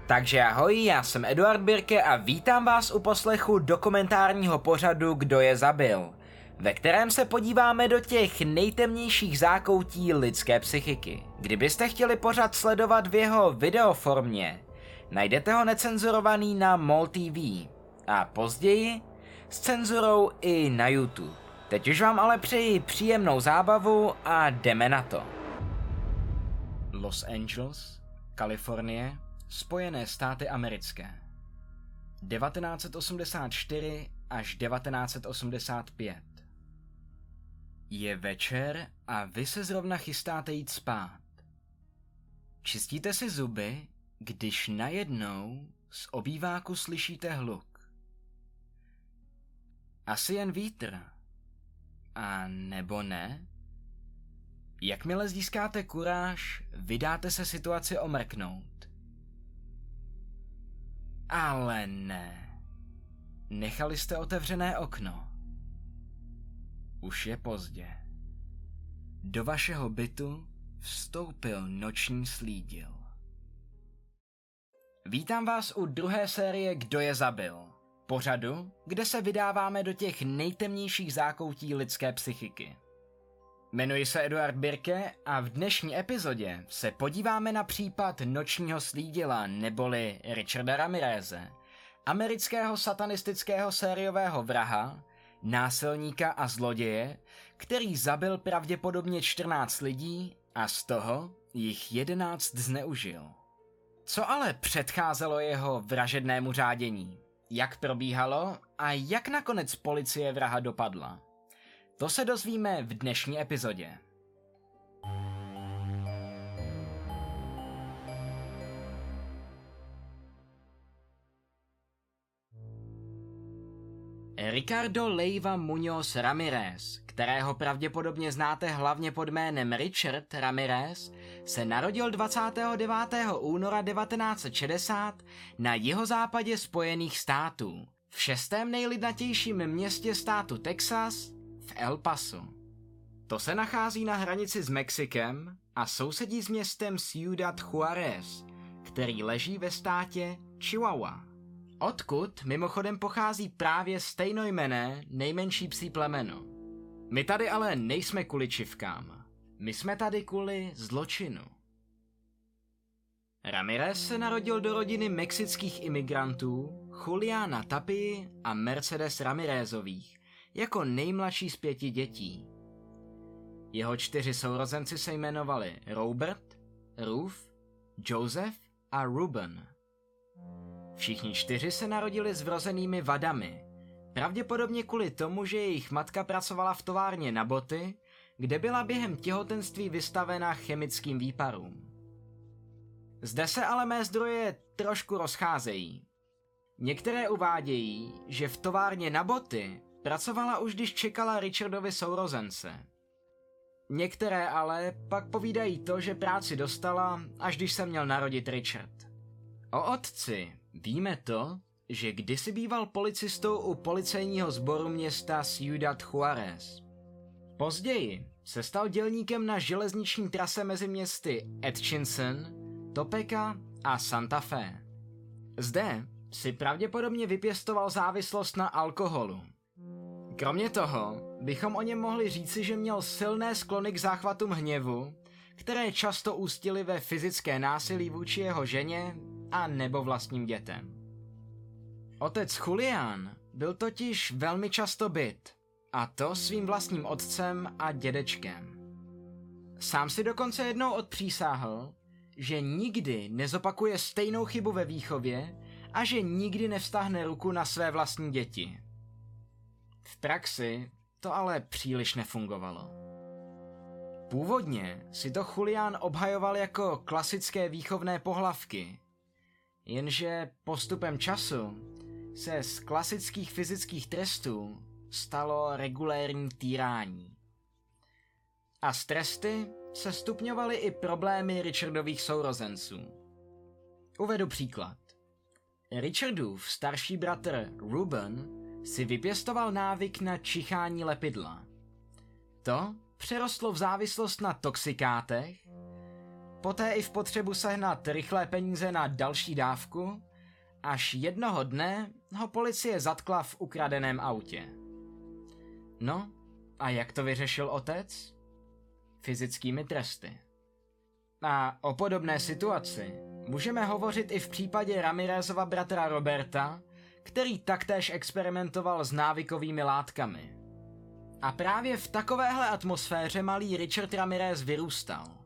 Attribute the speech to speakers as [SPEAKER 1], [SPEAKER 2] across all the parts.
[SPEAKER 1] Takže ahoj, já jsem Eduard Birke a vítám vás u poslechu dokumentárního pořadu Kdo je zabil, ve kterém se podíváme do těch nejtemnějších zákoutí lidské psychiky. Kdybyste chtěli pořad sledovat v jeho videoformě, najdete ho necenzurovaný na MOL TV a později s cenzurou i na YouTube. Teď už vám ale přeji příjemnou zábavu a jdeme na to. Los Angeles, Kalifornie, Spojené státy americké. 1984 až 1985. Je večer a vy se zrovna chystáte jít spát. Čistíte si zuby, když najednou z obýváku slyšíte hluk. Asi jen vítr. A nebo ne? Jakmile získáte kuráž, vydáte se situaci omrknout. Ale ne. Nechali jste otevřené okno. Už je pozdě. Do vašeho bytu vstoupil noční slídil. Vítám vás u druhé série Kdo je zabil? Pořadu, kde se vydáváme do těch nejtemnějších zákoutí lidské psychiky. Jmenuji se Eduard Birke a v dnešní epizodě se podíváme na případ nočního slídila neboli Richarda Ramireze, amerického satanistického sériového vraha, násilníka a zloděje, který zabil pravděpodobně 14 lidí a z toho jich 11 zneužil. Co ale předcházelo jeho vražednému řádění? Jak probíhalo a jak nakonec policie vraha dopadla? To se dozvíme v dnešní epizodě. Ricardo Leiva Muñoz Ramirez, kterého pravděpodobně znáte hlavně pod jménem Richard Ramirez, se narodil 29. února 1960 na jihozápadě Spojených států, v šestém nejlidnatějším městě státu Texas, v El Paso. To se nachází na hranici s Mexikem a sousedí s městem Ciudad Juárez, který leží ve státě Chihuahua. Odkud mimochodem pochází právě stejnojmenné nejmenší psí plemeno. My tady ale nejsme kvůli čivkám. My jsme tady kvůli zločinu. Ramirez se narodil do rodiny mexických imigrantů Juliana Tapii a Mercedes Ramirezových jako nejmladší z 5 dětí. Jeho 4 sourozenci se jmenovali Robert, Ruth, Joseph a Ruben. Všichni 4 se narodili s vrozenými vadami, pravděpodobně kvůli tomu, že jejich matka pracovala v továrně na boty, kde byla během těhotenství vystavena chemickým výparům. Zde se ale mé zdroje trošku rozcházejí. Některé uvádějí, že v továrně na boty pracovala už když čekala Richardovi sourozence. Některé ale pak povídají to, že práci dostala, až když se měl narodit Richard. O otci víme to, že kdysi býval policistou u policejního sboru města Ciudad Juárez. Později se stal dělníkem na železniční trase mezi městy Atchison, Topeka a Santa Fe. Zde si pravděpodobně vypěstoval závislost na alkoholu. Kromě toho bychom o něm mohli říci, že měl silné sklony k záchvatům hněvu, které často ústily ve fyzické násilí vůči jeho ženě a nebo vlastním dětem. Otec Julián byl totiž velmi často bit, a to svým vlastním otcem a dědečkem. Sám si dokonce jednou odpřísáhl, že nikdy nezopakuje stejnou chybu ve výchově a že nikdy nevztáhne ruku na své vlastní děti. V praxi to ale příliš nefungovalo. Původně si to Julián obhajoval jako klasické výchovné pohlavky, jenže postupem času se z klasických fyzických trestů stalo regulérní týrání. A z tresty se stupňovaly i problémy Richardových sourozenců. Uvedu příklad. Richardův starší bratr Ruben si vypěstoval návyk na čichání lepidla. To přerostlo v závislost na toxikátech poté i v potřebu sehnat rychlé peníze na další dávku, až jednoho dne ho policie zatkla v ukradeném autě. No, a jak to vyřešil otec? Fyzickými tresty. A o podobné situaci můžeme hovořit i v případě Ramirezova bratra Roberta, který taktéž experimentoval s návykovými látkami. A právě v takovéhle atmosféře malý Richard Ramirez vyrůstal.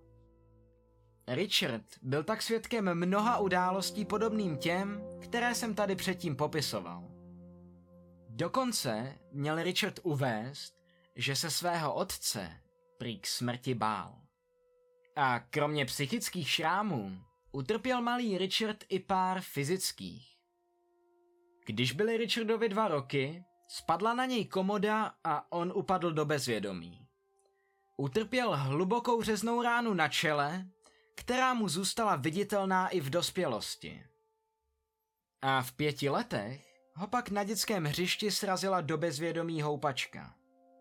[SPEAKER 1] Richard byl tak svědkem mnoha událostí podobným těm, které jsem tady předtím popisoval. Dokonce měl Richard uvést, že se svého otce prý k smrti bál. A kromě psychických šrámů utrpěl malý Richard i pár fyzických. Když byly Richardovi 2 roky, spadla na něj komoda a on upadl do bezvědomí. Utrpěl hlubokou řeznou ránu na čele, která mu zůstala viditelná i v dospělosti. A v 5 letech ho pak na dětském hřišti srazila do bezvědomí houpačka.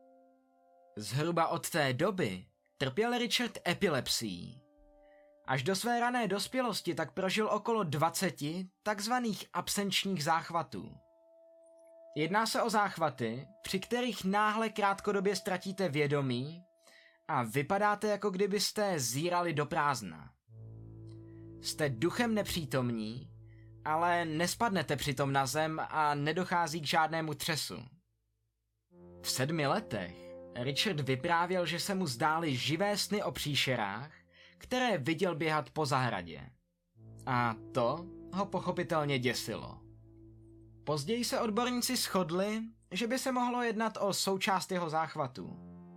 [SPEAKER 1] Zhruba od té doby trpěl Richard epilepsií. Až do své rané dospělosti tak prožil okolo 20 takzvaných absenčních záchvatů. Jedná se o záchvaty, při kterých náhle krátkodobě ztratíte vědomí a vypadáte, jako kdybyste zírali do prázdna. Jste duchem nepřítomní, ale nespadnete přitom na zem a nedochází k žádnému třesu. V 7 letech Richard vyprávěl, že se mu zdály živé sny o příšerách, které viděl běhat po zahradě. A to ho pochopitelně děsilo. Později se odborníci shodli, že by se mohlo jednat o součást jeho záchvatů.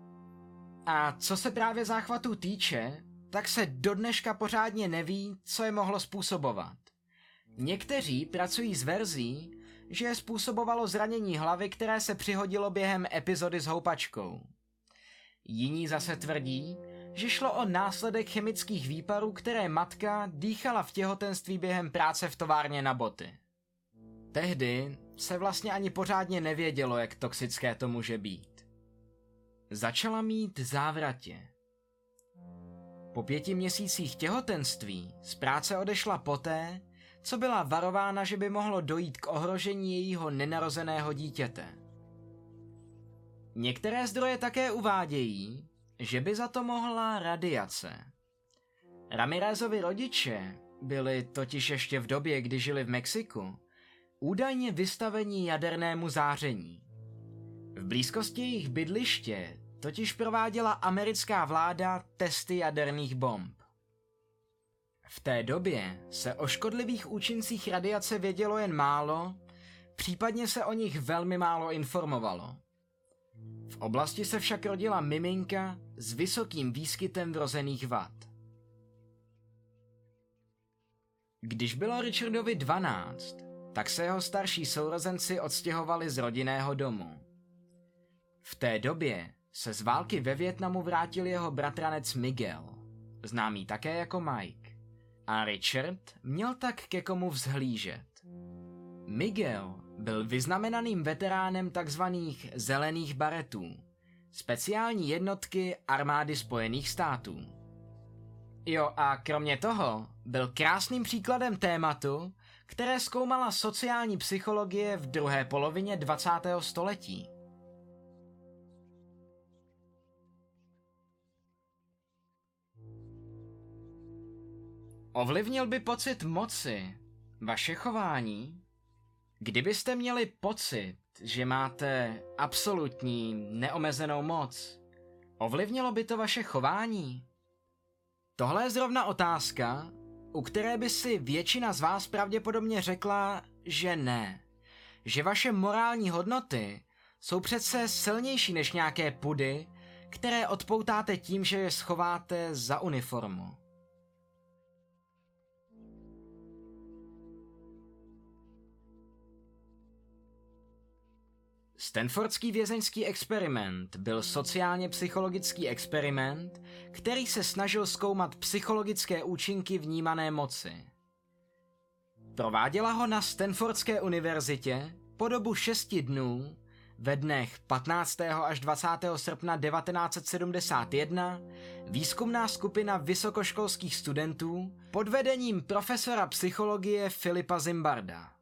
[SPEAKER 1] A co se právě záchvatů týče, tak se do dneška pořádně neví, co je mohlo způsobovat. Někteří pracují s verzí, že je způsobovalo zranění hlavy, které se přihodilo během epizody s houpačkou. Jiní zase tvrdí, že šlo o následek chemických výparů, které matka dýchala v těhotenství během práce v továrně na boty. Tehdy se vlastně ani pořádně nevědělo, jak toxické to může být. Začala mít závratě. Po 5 měsících těhotenství z práce odešla poté, co byla varována, že by mohlo dojít k ohrožení jejího nenarozeného dítěte. Některé zdroje také uvádějí, že by za to mohla radiace. Ramirezovi rodiče byli totiž ještě v době, kdy žili v Mexiku, údajně vystaveni jadernému záření. V blízkosti jejich bydliště totiž prováděla americká vláda testy jaderných bomb. V té době se o škodlivých účincích radiace vědělo jen málo, případně se o nich velmi málo informovalo. V oblasti se však rodila miminka s vysokým výskytem vrozených vad. Když bylo Richardovi 12, tak se jeho starší sourozenci odstěhovali z rodinného domu. V té době se z války ve Vietnamu vrátil jeho bratranec Miguel, známý také jako Mike, a Richard měl tak ke komu vzhlížet. Miguel byl vyznamenaným veteránem takzvaných zelených baretů, speciální jednotky armády Spojených států. Jo, a kromě toho byl krásným příkladem tématu, které zkoumala sociální psychologie v druhé polovině 20. století. Ovlivnil by pocit moci vaše chování? Kdybyste měli pocit, že máte absolutní, neomezenou moc, ovlivnilo by to vaše chování? Tohle je zrovna otázka, u které by si většina z vás pravděpodobně řekla, že ne. Že vaše morální hodnoty jsou přece silnější než nějaké pudy, které odpoutáte tím, že je schováte za uniformu. Stanfordský vězeňský experiment byl sociálně psychologický experiment, který se snažil zkoumat psychologické účinky vnímané moci. Prováděla ho na Stanfordské univerzitě po dobu 6 dnů ve dnech 15. až 20. srpna 1971 výzkumná skupina vysokoškolských studentů pod vedením profesora psychologie Filipa Zimbarda.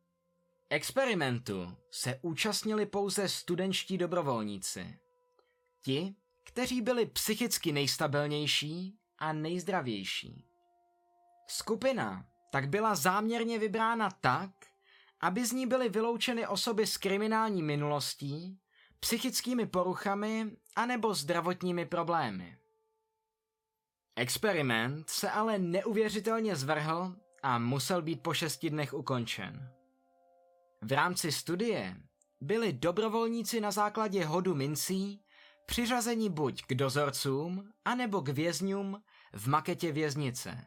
[SPEAKER 1] Experimentu se účastnili pouze studentští dobrovolníci. Ti, kteří byli psychicky nejstabilnější a nejzdravější. Skupina tak byla záměrně vybrána tak, aby z ní byly vyloučeny osoby s kriminální minulostí, psychickými poruchami anebo zdravotními problémy. Experiment se ale neuvěřitelně zvrhl a musel být po 6 dnech ukončen. V rámci studie byli dobrovolníci na základě hodu mincí přiřazeni buď k dozorcům, anebo k vězňům v maketě věznice.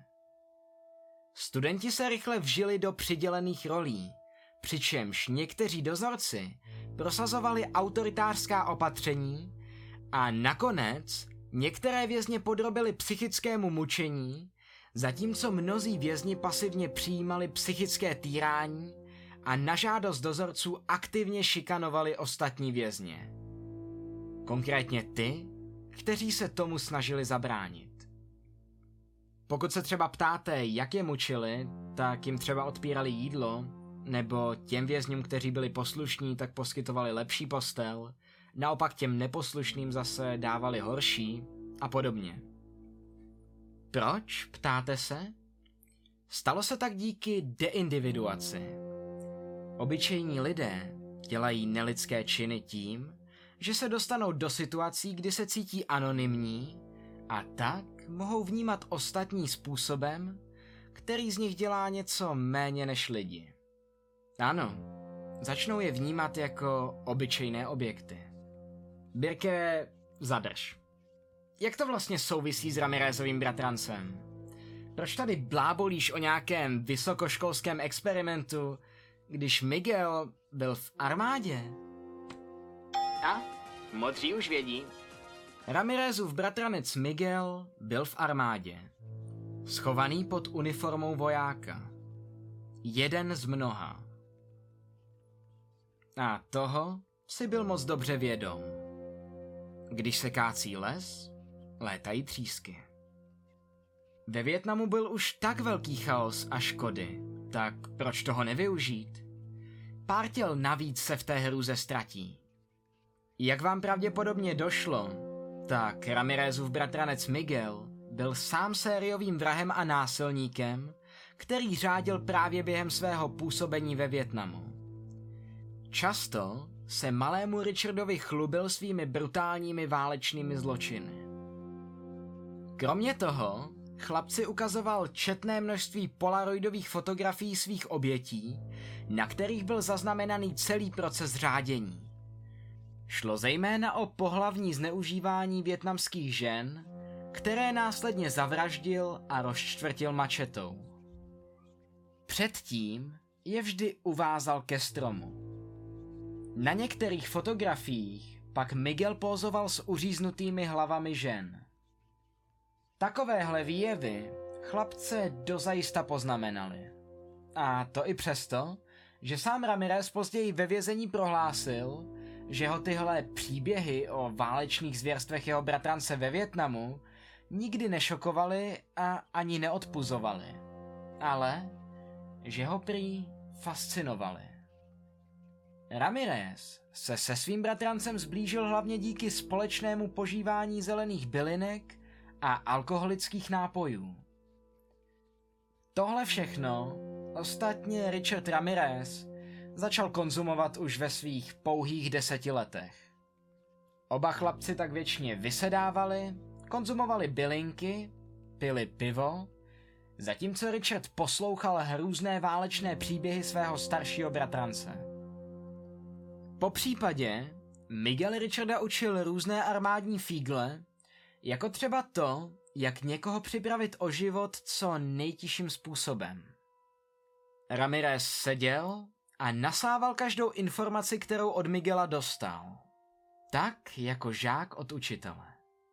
[SPEAKER 1] Studenti se rychle vžili do přidělených rolí, přičemž někteří dozorci prosazovali autoritářská opatření a nakonec některé vězně podrobili psychickému mučení, zatímco mnozí vězni pasivně přijímali psychické týrání a na žádost dozorců aktivně šikanovali ostatní vězně. Konkrétně ty, kteří se tomu snažili zabránit. Pokud se třeba ptáte, jak je mučili, tak jim třeba odpírali jídlo, nebo těm vězňům, kteří byli poslušní, tak poskytovali lepší postel, naopak těm neposlušným zase dávali horší a podobně. Proč, ptáte se? Stalo se tak díky deindividuaci. Obyčejní lidé dělají nelidské činy tím, že se dostanou do situací, kdy se cítí anonymní a tak mohou vnímat ostatní způsobem, který z nich dělá něco méně než lidi. Ano, začnou je vnímat jako obyčejné objekty. Birke, zadrž. Jak to vlastně souvisí s Ramirezovým bratrancem? Proč tady blábolíš o nějakém vysokoškolském experimentu, když Miguel byl v armádě? A? Modří už vědí. Ramirezův bratranec Miguel byl v armádě. Schovaný pod uniformou vojáka. Jeden z mnoha. A toho si byl moc dobře vědom. Když se kácí les, létají třísky. Ve Vietnamu byl už tak velký chaos a škody, tak proč toho nevyužít? Pár těl navíc se v té hrůze ztratí. Jak vám pravděpodobně došlo, tak Ramirezův bratranec Miguel byl sám sériovým vrahem a násilníkem, který řádil právě během svého působení ve Vietnamu. Často se malému Richardovi chlubil svými brutálními válečnými zločiny. Kromě toho chlapci ukazoval četné množství polaroidových fotografií svých obětí, na kterých byl zaznamenaný celý proces řádění. Šlo zejména o pohlavní zneužívání vietnamských žen, které následně zavraždil a rozčtvrtil mačetou. Předtím je vždy uvázal ke stromu. Na některých fotografiích pak Miguel pózoval s uříznutými hlavami žen. Takovéhle výjevy chlapce dozajista poznamenali. A to i přesto, že sám Ramirez později ve vězení prohlásil, že ho tyhle příběhy o válečných zvěrstvech jeho bratrance ve Vietnamu nikdy nešokovaly a ani neodpuzovaly, ale že ho prý fascinovaly. Ramirez se svým bratrancem zblížil hlavně díky společnému požívání zelených bylinek a alkoholických nápojů. Tohle všechno ostatně Richard Ramirez začal konzumovat už ve svých pouhých 10 letech. Oba chlapci tak věčně vysedávali, konzumovali bylinky, pili pivo, zatímco Richard poslouchal hrůzné válečné příběhy svého staršího bratrance. Po případě Miguel Richarda učil různé armádní fígle, jako třeba to, jak někoho připravit o život co nejtižším způsobem. Ramirez seděl a nasával každou informaci, kterou od Miguela dostal. Tak jako žák od učitele.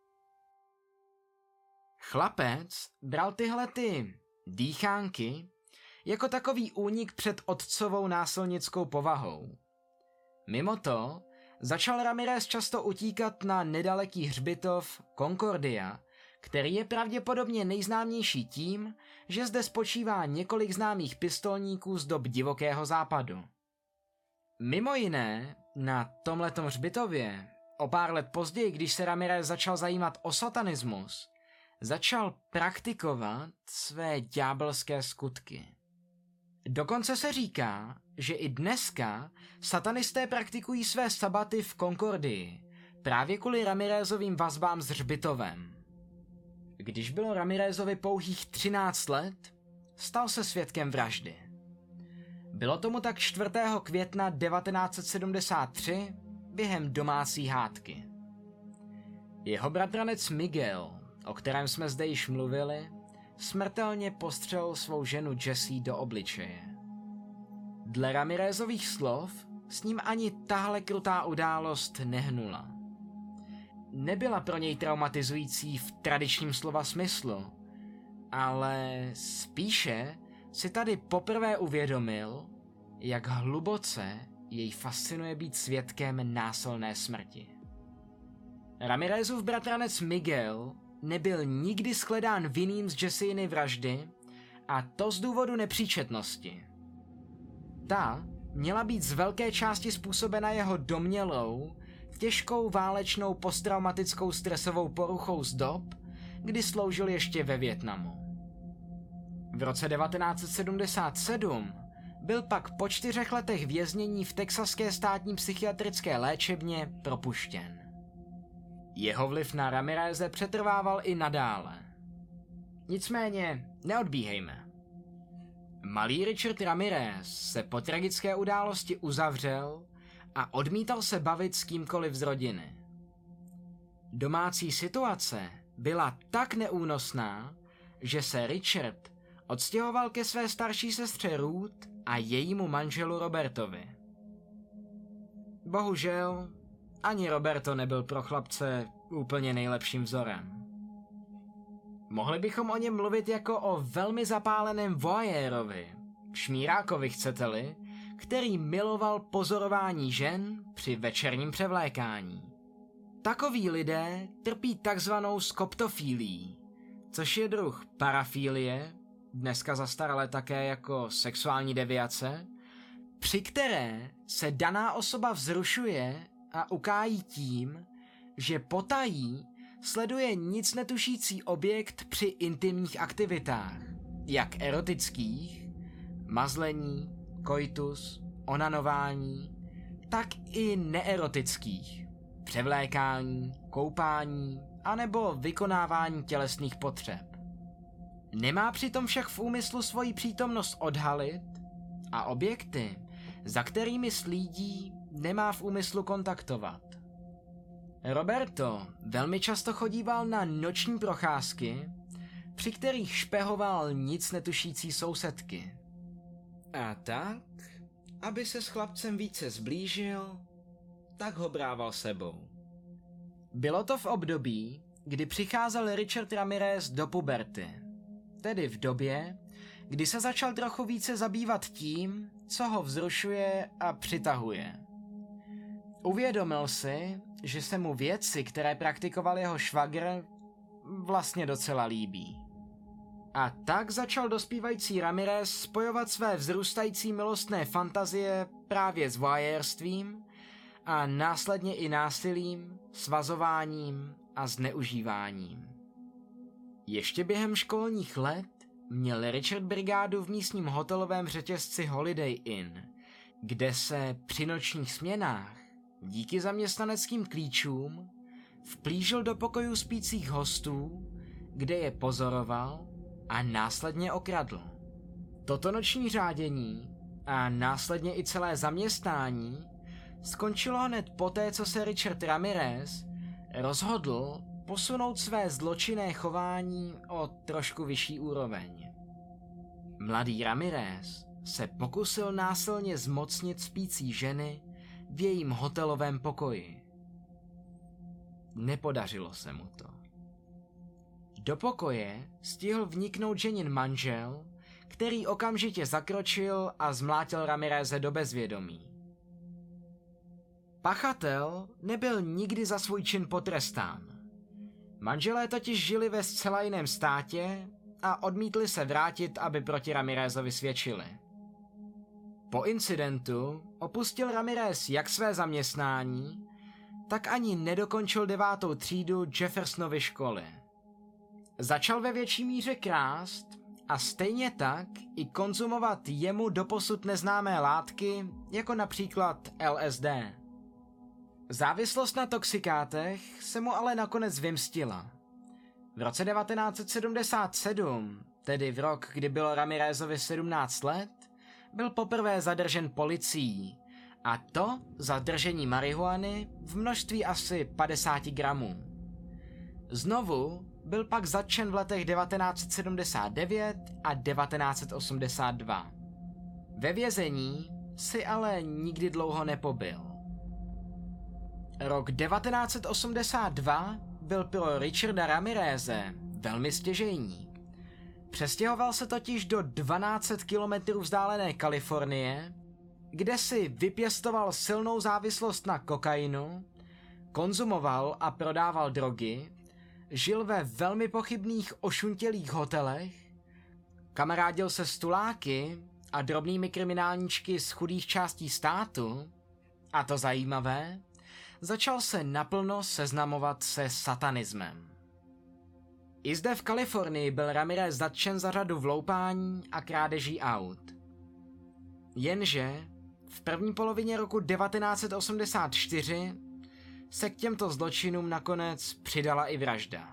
[SPEAKER 1] Chlapec bral tyhle dýchánky jako takový únik před otcovou násilnickou povahou. Mimo to začal Ramirez často utíkat na nedaleký hřbitov Concordia, který je pravděpodobně nejznámější tím, že zde spočívá několik známých pistolníků z dob divokého západu. Mimo jiné, na tomhletom hřbitově, o pár let později, když se Ramirez začal zajímat o satanismus, začal praktikovat své ďábelské skutky. Dokonce se říká, že i dneska satanisté praktikují své sabaty v Concordii, právě kvůli Ramirezovým vazbám s hřbitovem. Když bylo Ramirezovi pouhých 13 let, stal se svědkem vraždy. Bylo tomu tak 4. května 1973 během domácí hádky. Jeho bratranec Miguel, o kterém jsme zde již mluvili, smrtelně postřelil svou ženu Jessie do obličeje. Dle Ramirezových slov s ním ani tahle krutá událost nehnula. Nebyla pro něj traumatizující v tradičním slova smyslu, ale spíše si tady poprvé uvědomil, jak hluboce jej fascinuje být svědkem násilné smrti. Ramirezův bratranec Miguel nebyl nikdy shledán vinným z Jessiiny vraždy, a to z důvodu nepříčetnosti. Ta měla být z velké části způsobena jeho domnělou, těžkou válečnou posttraumatickou stresovou poruchou z dob, kdy sloužil ještě ve Vietnamu. V roce 1977 byl pak po 4 letech věznění v texaské státní psychiatrické léčebně propuštěn. Jeho vliv na Ramireze přetrvával i nadále. Nicméně neodbíhejme. Malý Richard Ramirez se po tragické události uzavřel a odmítal se bavit s kýmkoliv z rodiny. Domácí situace byla tak neúnosná, že se Richard odstěhoval ke své starší sestře Ruth a jejímu manželu Robertovi. Bohužel, ani Roberto nebyl pro chlapce úplně nejlepším vzorem. Mohli bychom o něm mluvit jako o velmi zapáleném voyeurovi, šmírákovi chcete-li, který miloval pozorování žen při večerním převlékání. Takoví lidé trpí takzvanou skoptofílií, což je druh parafílie, dneska zastaralé také jako sexuální deviace, při které se daná osoba vzrušuje a ukájí tím, že potají sleduje nic netušící objekt při intimních aktivitách, jak erotických, mazlení, koitus, onanování, tak i neerotických, převlékání, koupání anebo vykonávání tělesných potřeb. Nemá přitom však v úmyslu svoji přítomnost odhalit a objekty, za kterými slídí, nemá v úmyslu kontaktovat. Roberto velmi často chodíval na noční procházky, při kterých špehoval nic netušící sousedky. A tak, aby se s chlapcem více zblížil, tak ho brával sebou. Bylo to v období, kdy přicházel Richard Ramirez do puberty, tedy v době, kdy se začal trochu více zabývat tím, co ho vzrušuje a přitahuje. Uvědomil si, že se mu věci, které praktikoval jeho švagr, vlastně docela líbí. A tak začal dospívající Ramirez spojovat své vzrůstající milostné fantazie právě s voyeurstvím a následně i násilím, svazováním a zneužíváním. Ještě během školních let měl Richard brigádu v místním hotelovém řetězci Holiday Inn, kde se při nočních směnách díky zaměstnaneckým klíčům vplížil do pokojů spících hostů, kde je pozoroval a následně okradl. Toto noční řádění a následně i celé zaměstnání skončilo hned poté, co se Richard Ramirez rozhodl posunout své zločinné chování o trošku vyšší úroveň. Mladý Ramirez se pokusil násilně zmocnit spící ženy v jejím hotelovém pokoji. Nepodařilo se mu to. Do pokoje stihl vniknout ženin manžel, který okamžitě zakročil a zmlátil Ramireze do bezvědomí. Pachatel nebyl nikdy za svůj čin potrestán. Manželé totiž žili ve zcela jiném státě a odmítli se vrátit, aby proti Ramirézovi svědčili. Po incidentu opustil Ramirez jak své zaměstnání, tak ani nedokončil 9. třídu Jeffersonovy školy. Začal ve větší míře krást a stejně tak i konzumovat jemu doposud neznámé látky, jako například LSD. Závislost na toxikátech se mu ale nakonec vymstila. V roce 1977, tedy v rok, kdy bylo Ramirézovi 17 let, byl poprvé zadržen policií, a to za držení marihuany v množství asi 50 gramů. Znovu byl pak zatčen v letech 1979 a 1982. Ve vězení si ale nikdy dlouho nepobyl. Rok 1982 byl pro Richarda Ramireze velmi stěžejní. Přestěhoval se totiž do 1200 kilometrů vzdálené Kalifornie, kde si vypěstoval silnou závislost na kokainu, konzumoval a prodával drogy, žil ve velmi pochybných ošuntělých hotelech, kamarádil se s tuláky a drobnými kriminálníčky z chudých částí státu, a to zajímavé, začal se naplno seznamovat se satanismem. I zde v Kalifornii byl Ramirez zatčen za řadu vloupání a krádeží aut. Jenže v první polovině roku 1984 se k těmto zločinům nakonec přidala i vražda.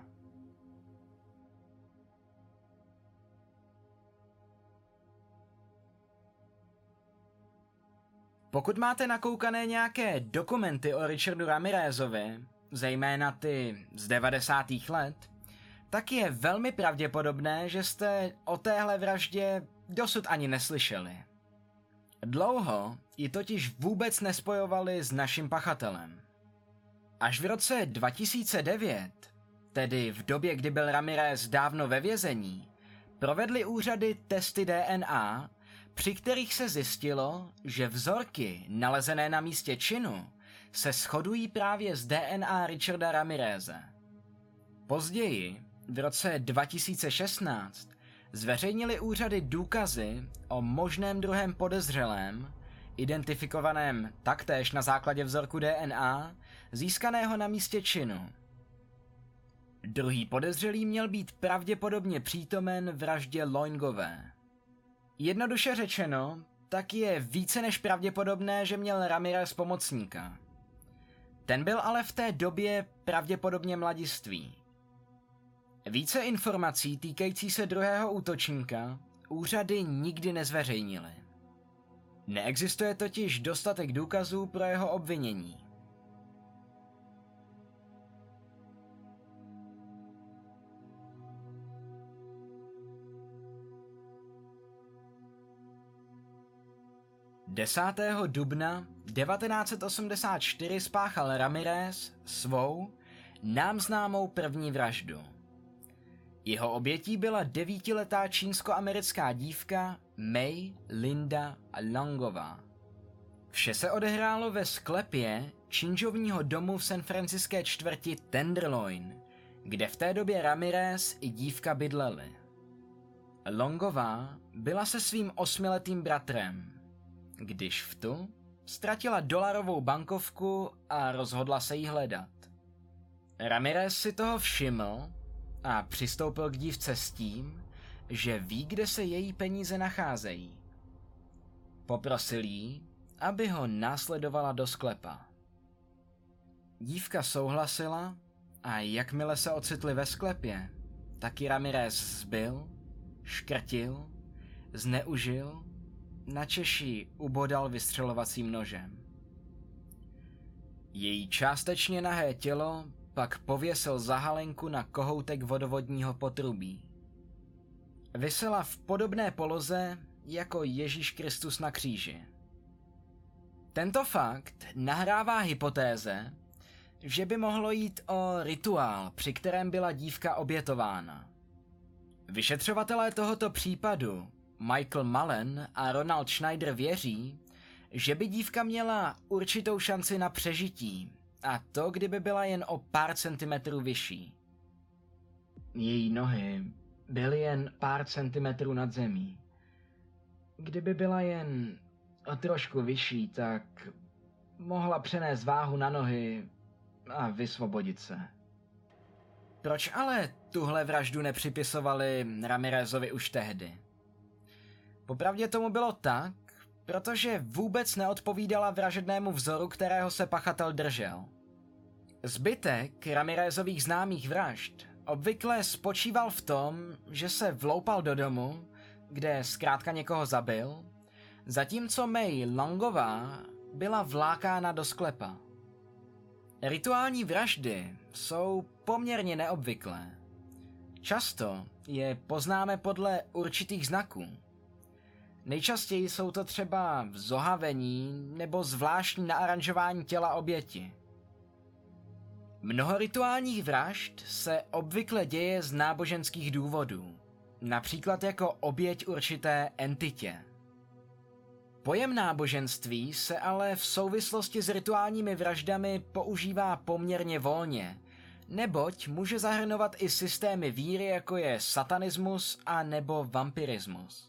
[SPEAKER 1] Pokud máte nakoukané nějaké dokumenty o Richardu Ramirezovi, zejména ty z 90. let, tak je velmi pravděpodobné, že jste o téhle vraždě dosud ani neslyšeli. Dlouho ji totiž vůbec nespojovali s naším pachatelem. Až v roce 2009, tedy v době, kdy byl Ramirez dávno ve vězení, provedly úřady testy DNA, při kterých se zjistilo, že vzorky nalezené na místě činu se shodují právě s DNA Richarda Ramireze. Později, v roce 2016, zveřejnili úřady důkazy o možném druhém podezřelém, identifikovaném taktéž na základě vzorku DNA, získaného na místě činu. Druhý podezřelý měl být pravděpodobně přítomen vraždě Loingové. Jednoduše řečeno, tak je více než pravděpodobné, že měl Ramirez pomocníka. Ten byl ale v té době pravděpodobně mladistvý. Více informací týkající se druhého útočníka úřady nikdy nezveřejnily. Neexistuje totiž dostatek důkazů pro jeho obvinění. Desátého dubna 1984 spáchal Ramirez svou, nám známou první vraždu. Jeho obětí byla 9letá čínsko-americká dívka May Linda Longová. Vše se odehrálo ve sklepě činžovního domu v sanfranciské čtvrti Tenderloin, kde v té době Ramirez i dívka bydleli. Longová byla se svým 8letým bratrem, když vtu ztratila dolarovou bankovku a rozhodla se jí hledat. Ramirez si toho všiml a přistoupil k dívce s tím, že ví, kde se její peníze nacházejí. Poprosil jí, aby ho následovala do sklepa. Dívka souhlasila a jakmile se ocitli ve sklepě, tak ji Ramirez zbil, škrtil, zneužil, načež ji ubodal vystřelovacím nožem. Její částečně nahé tělo pak pověsil za halenku na kohoutek vodovodního potrubí. Visela v podobné poloze jako Ježíš Kristus na kříži. Tento fakt nahrává hypotéze, že by mohlo jít o rituál, při kterém byla dívka obětována. Vyšetřovatelé tohoto případu Michael Mullen a Ronald Schneider věří, že by dívka měla určitou šanci na přežití, a to kdyby byla jen o pár centimetrů vyšší. Její nohy byly jen pár centimetrů nad zemí. Kdyby byla jen o trošku vyšší, tak mohla přenést váhu na nohy a vysvobodit se. Proč ale tuhle vraždu nepřipisovali Ramirézovi už tehdy? Popravdě tomu bylo tak, protože vůbec neodpovídala vražednému vzoru, kterého se pachatel držel. Zbytek Ramirézových známých vražd obvykle spočíval v tom, že se vloupal do domu, kde zkrátka někoho zabil, zatímco May Longová byla vlákána do sklepa. Rituální vraždy jsou poměrně neobvyklé. Často je poznáme podle určitých znaků. Nejčastěji jsou to třeba zohavení nebo zvláštní naaranžování těla oběti. Mnoho rituálních vražd se obvykle děje z náboženských důvodů, například jako oběť určité entitě. Pojem náboženství se ale v souvislosti s rituálními vraždami používá poměrně volně, neboť může zahrnovat i systémy víry, jako je satanismus a nebo vampirismus.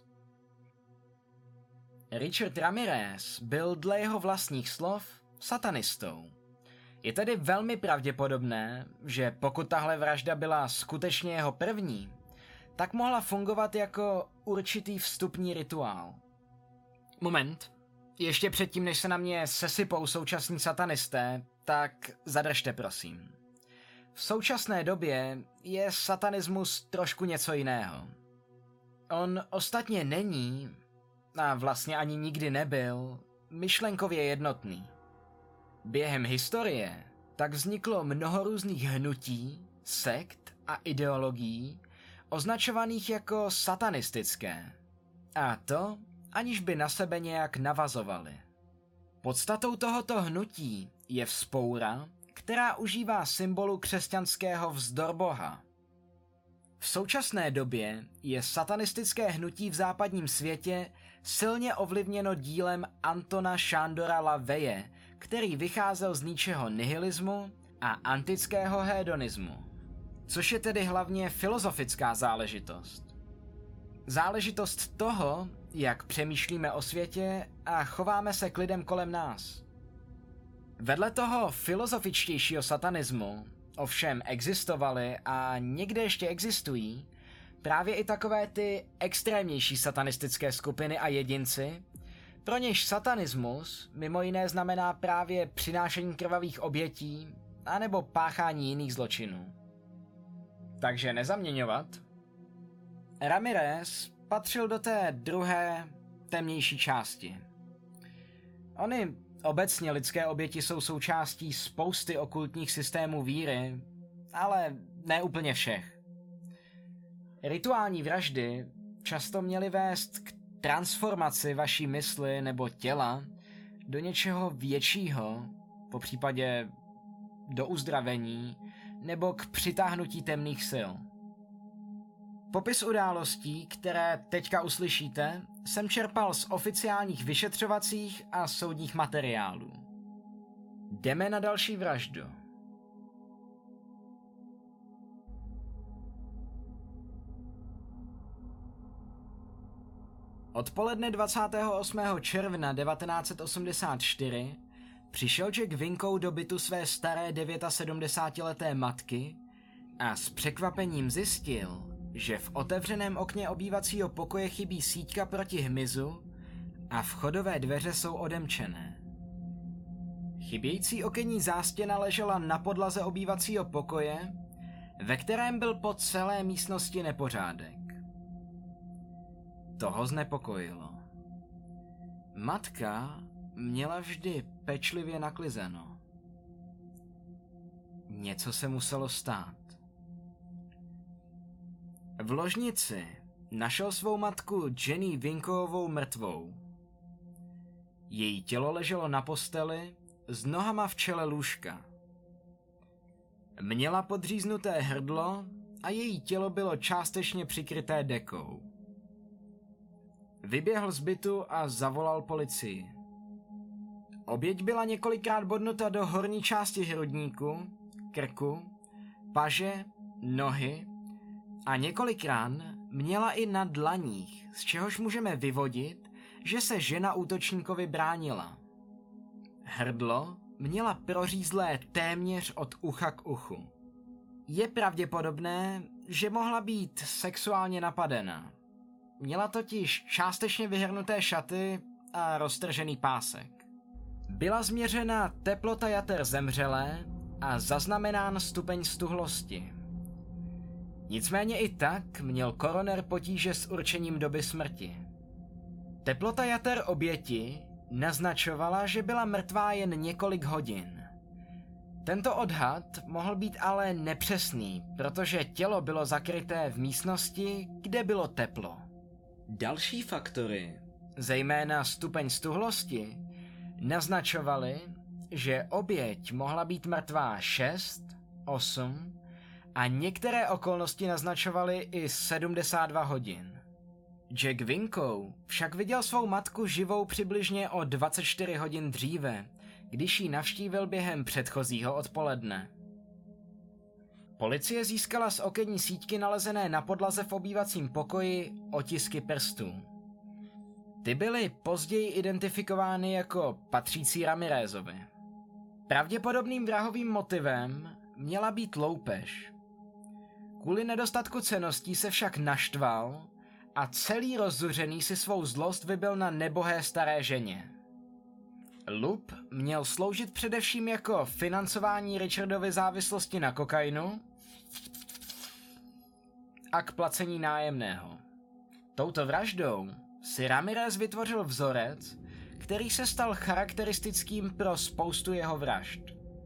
[SPEAKER 1] Richard Ramirez byl dle jeho vlastních slov satanistou. Je tedy velmi pravděpodobné, že pokud tahle vražda byla skutečně jeho první, tak mohla fungovat jako určitý vstupní rituál. Moment, ještě předtím, než se na mě sesypou současní satanisté, tak zadržte prosím. V současné době je satanismus trošku něco jiného. On ostatně není, a vlastně ani nikdy nebyl, myšlenkově jednotný. Během historie tak vzniklo mnoho různých hnutí, sekt a ideologií, označovaných jako satanistické. A to, aniž by na sebe nějak navazovali. Podstatou tohoto hnutí je vzpoura, která užívá symbolu křesťanského vzdorboha. V současné době je satanistické hnutí v západním světě silně ovlivněno dílem Antona Šándora LaVeje, který vycházel z Nietzscheho nihilismu a antického hedonismu, což je tedy hlavně filozofická záležitost. Záležitost toho, jak přemýšlíme o světě a chováme se k lidem kolem nás. Vedle toho filozofičtějšího satanismu ovšem existovaly a někde ještě existují právě i takové ty extrémnější satanistické skupiny a jedinci, pro něž satanismus mimo jiné znamená právě přinášení krvavých obětí anebo páchání jiných zločinů. Takže nezaměňovat. Ramirez patřil do té druhé, temnější části. Ony obecně lidské oběti jsou součástí spousty okultních systémů víry, ale ne úplně všech. Rituální vraždy často měly vést k transformaci vaší mysli nebo těla do něčeho většího, popřípadě do uzdravení nebo k přitáhnutí temných sil. Popis událostí, které teďka uslyšíte, jsem čerpal z oficiálních vyšetřovacích a soudních materiálů. Jdeme na další vraždu. Odpoledne 28. června 1984 přišel Jack Vinkou do bytu své staré 79leté matky a s překvapením zjistil, že v otevřeném okně obývacího pokoje chybí síťka proti hmyzu a vchodové dveře jsou odemčené. Chybějící okenní zástěna ležela na podlaze obývacího pokoje, ve kterém byl po celé místnosti nepořádek. To ho znepokojilo. Matka měla vždy pečlivě naklizeno. Něco se muselo stát. V ložnici našel svou matku Jenny Vinkovou mrtvou. Její tělo leželo na posteli s nohama v čele lůžka. Měla podříznuté hrdlo a její tělo bylo částečně přikryté dekou. Vyběhl z bytu a zavolal policii. Oběť byla několikrát bodnuta do horní části hrudníku, krku, paže, nohy a několik ran měla i na dlaních, z čehož můžeme vyvodit, že se žena útočníkovi bránila. Hrdlo měla prořízlé téměř od ucha k uchu. Je pravděpodobné, že mohla být sexuálně napadena. Měla totiž částečně vyhrnuté šaty a roztržený pásek. Byla změřena teplota jater zemřelé a zaznamenán stupeň stuhlosti. Nicméně i tak měl koroner potíže s určením doby smrti. Teplota jater oběti naznačovala, že byla mrtvá jen několik hodin. Tento odhad mohl být ale nepřesný, protože tělo bylo zakryté v místnosti, kde bylo teplo. Další faktory, zejména stupeň stuhlosti, naznačovaly, že oběť mohla být mrtvá 6, 8 a některé okolnosti naznačovaly i 72 hodin. Jack Winkow však viděl svou matku živou přibližně o 24 hodin dříve, když ji navštívil během předchozího odpoledne. Policie získala z okenní síťky nalezené na podlaze v obývacím pokoji otisky prstů. Ty byly později identifikovány jako patřící Ramirézovi. Pravděpodobným vrahovým motivem měla být loupež. Kvůli nedostatku cenností se však naštval a celý rozzuřený si svou zlost vybil na nebohé staré ženě. Lup měl sloužit především jako financování Richardovy závislosti na kokainu a k placení nájemného. Touto vraždou si Ramirez vytvořil vzorec, který se stal charakteristickým pro spoustu jeho vražd.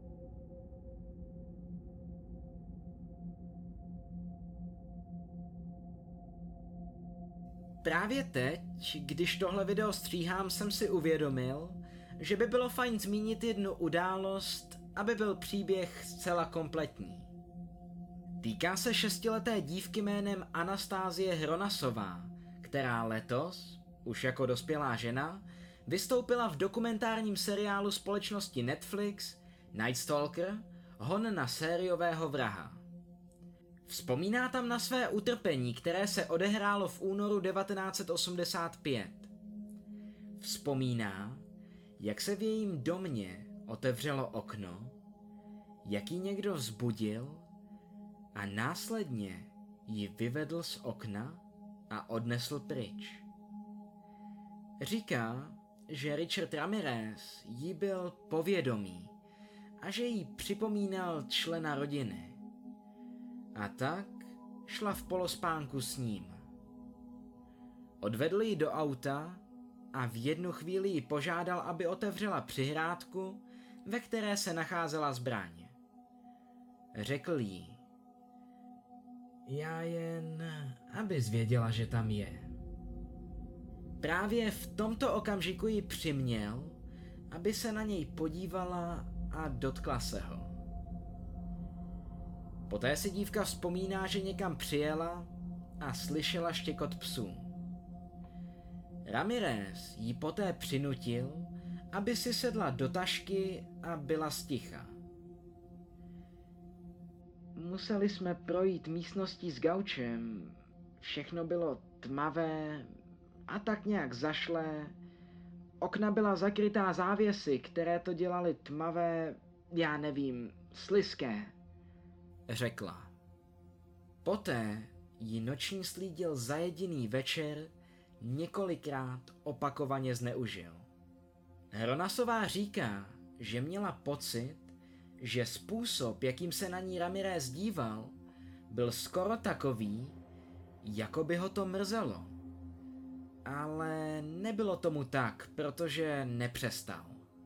[SPEAKER 1] Právě teď, když tohle video stříhám, jsem si uvědomil, že by bylo fajn zmínit jednu událost, aby byl příběh zcela kompletní. Týká se 6leté dívky jménem Anastázie Hronasová, která letos, už jako dospělá žena, vystoupila v dokumentárním seriálu společnosti Netflix Night Stalker Hon na sériového vraha. Vzpomíná tam na své utrpení, které se odehrálo v únoru 1985. Vzpomíná, jak se v jejím domě otevřelo okno, jak ji někdo vzbudil a následně ji vyvedl z okna a odnesl pryč. Říká, že Richard Ramirez jí byl povědomý a že jí připomínal člena rodiny. A tak šla v polospánku s ním. Odvedl ji do auta a v jednu chvíli ji požádal, aby otevřela přihrádku, ve které se nacházela zbraň. Řekl jí: já jen, abys věděla, že tam je. Právě v tomto okamžiku ji přiměl, aby se na něj podívala a dotkla se ho. Poté si dívka vzpomíná, že někam přijela a slyšela štěkot psů. Ramirez ji poté přinutil, aby si sedla do tašky a byla sticha. Museli jsme projít místností s gaučem, všechno bylo tmavé a tak nějak zašlé. Okna byla zakrytá závěsy, které to dělaly tmavé, já nevím, slizké, řekla. Poté ji noční slídil za jediný večer několikrát opakovaně zneužil. Hronasová říká, že měla pocit, že způsob, jakým se na ní Ramirez díval, byl skoro takový, jako by ho to mrzelo. Ale nebylo tomu tak, protože nepřestal.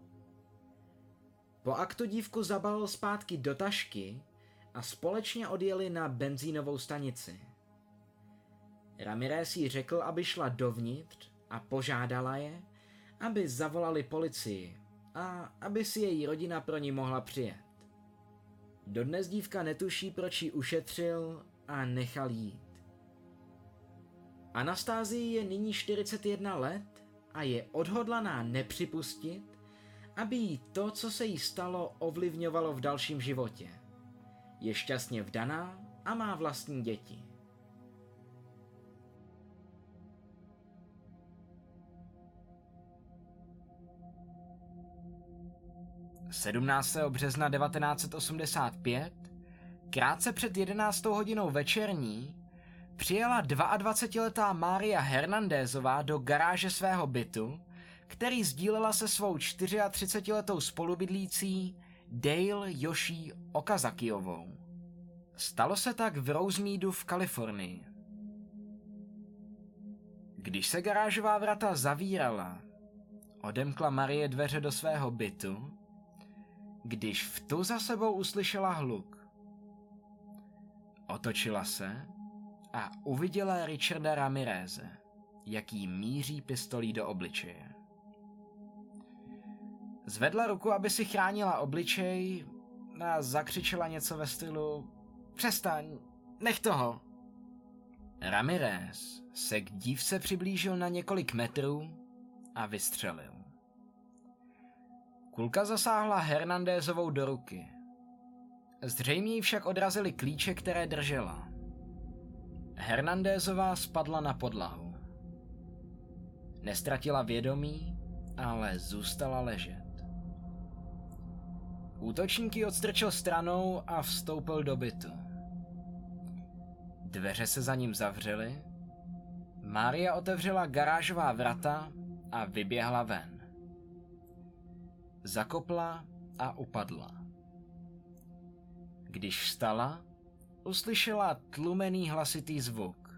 [SPEAKER 1] Po aktu dívku zabalil zpátky do tašky a společně odjeli na benzínovou stanici. Ramirez jí řekl, aby šla dovnitř a požádala je, aby zavolali policii a aby si její rodina pro ní mohla přijet. Dodnes dívka netuší, proč ji ušetřil a nechal jít. Anastázii je nyní 41 let a je odhodlaná nepřipustit, aby jí to, co se jí stalo, ovlivňovalo v dalším životě. Je šťastně vdaná a má vlastní děti. 17. března 1985, krátce před 11. hodinou večerní, přijela 22letá Mária Hernandézová do garáže svého bytu, který sdílela se svou 34letou spolubydlící Dale Yoshi Okazakijovou. Stalo se tak v Rosemeadu v Kalifornii. Když se garážová vrata zavírala, odemkla Marie dveře do svého bytu, když vtu za sebou uslyšela hluk. Otočila se a uviděla Richarda Ramireze, jak jí míří pistolí do obličeje. Zvedla ruku, aby si chránila obličej a zakřičela něco ve stylu "Přestaň, nech toho!" Ramirez se k dívce přiblížil na několik metrů a vystřelil. Kulka zasáhla Hernandézovou do ruky. Zřejmě jí však odrazily klíče, které držela. Hernandézová spadla na podlahu. Neztratila vědomí, ale zůstala ležet. Útočník ji odstrčil stranou a vstoupil do bytu. Dveře se za ním zavřely, Mária otevřela garážová vrata a vyběhla ven. Zakopla a upadla. Když vstala, uslyšela tlumený hlasitý zvuk.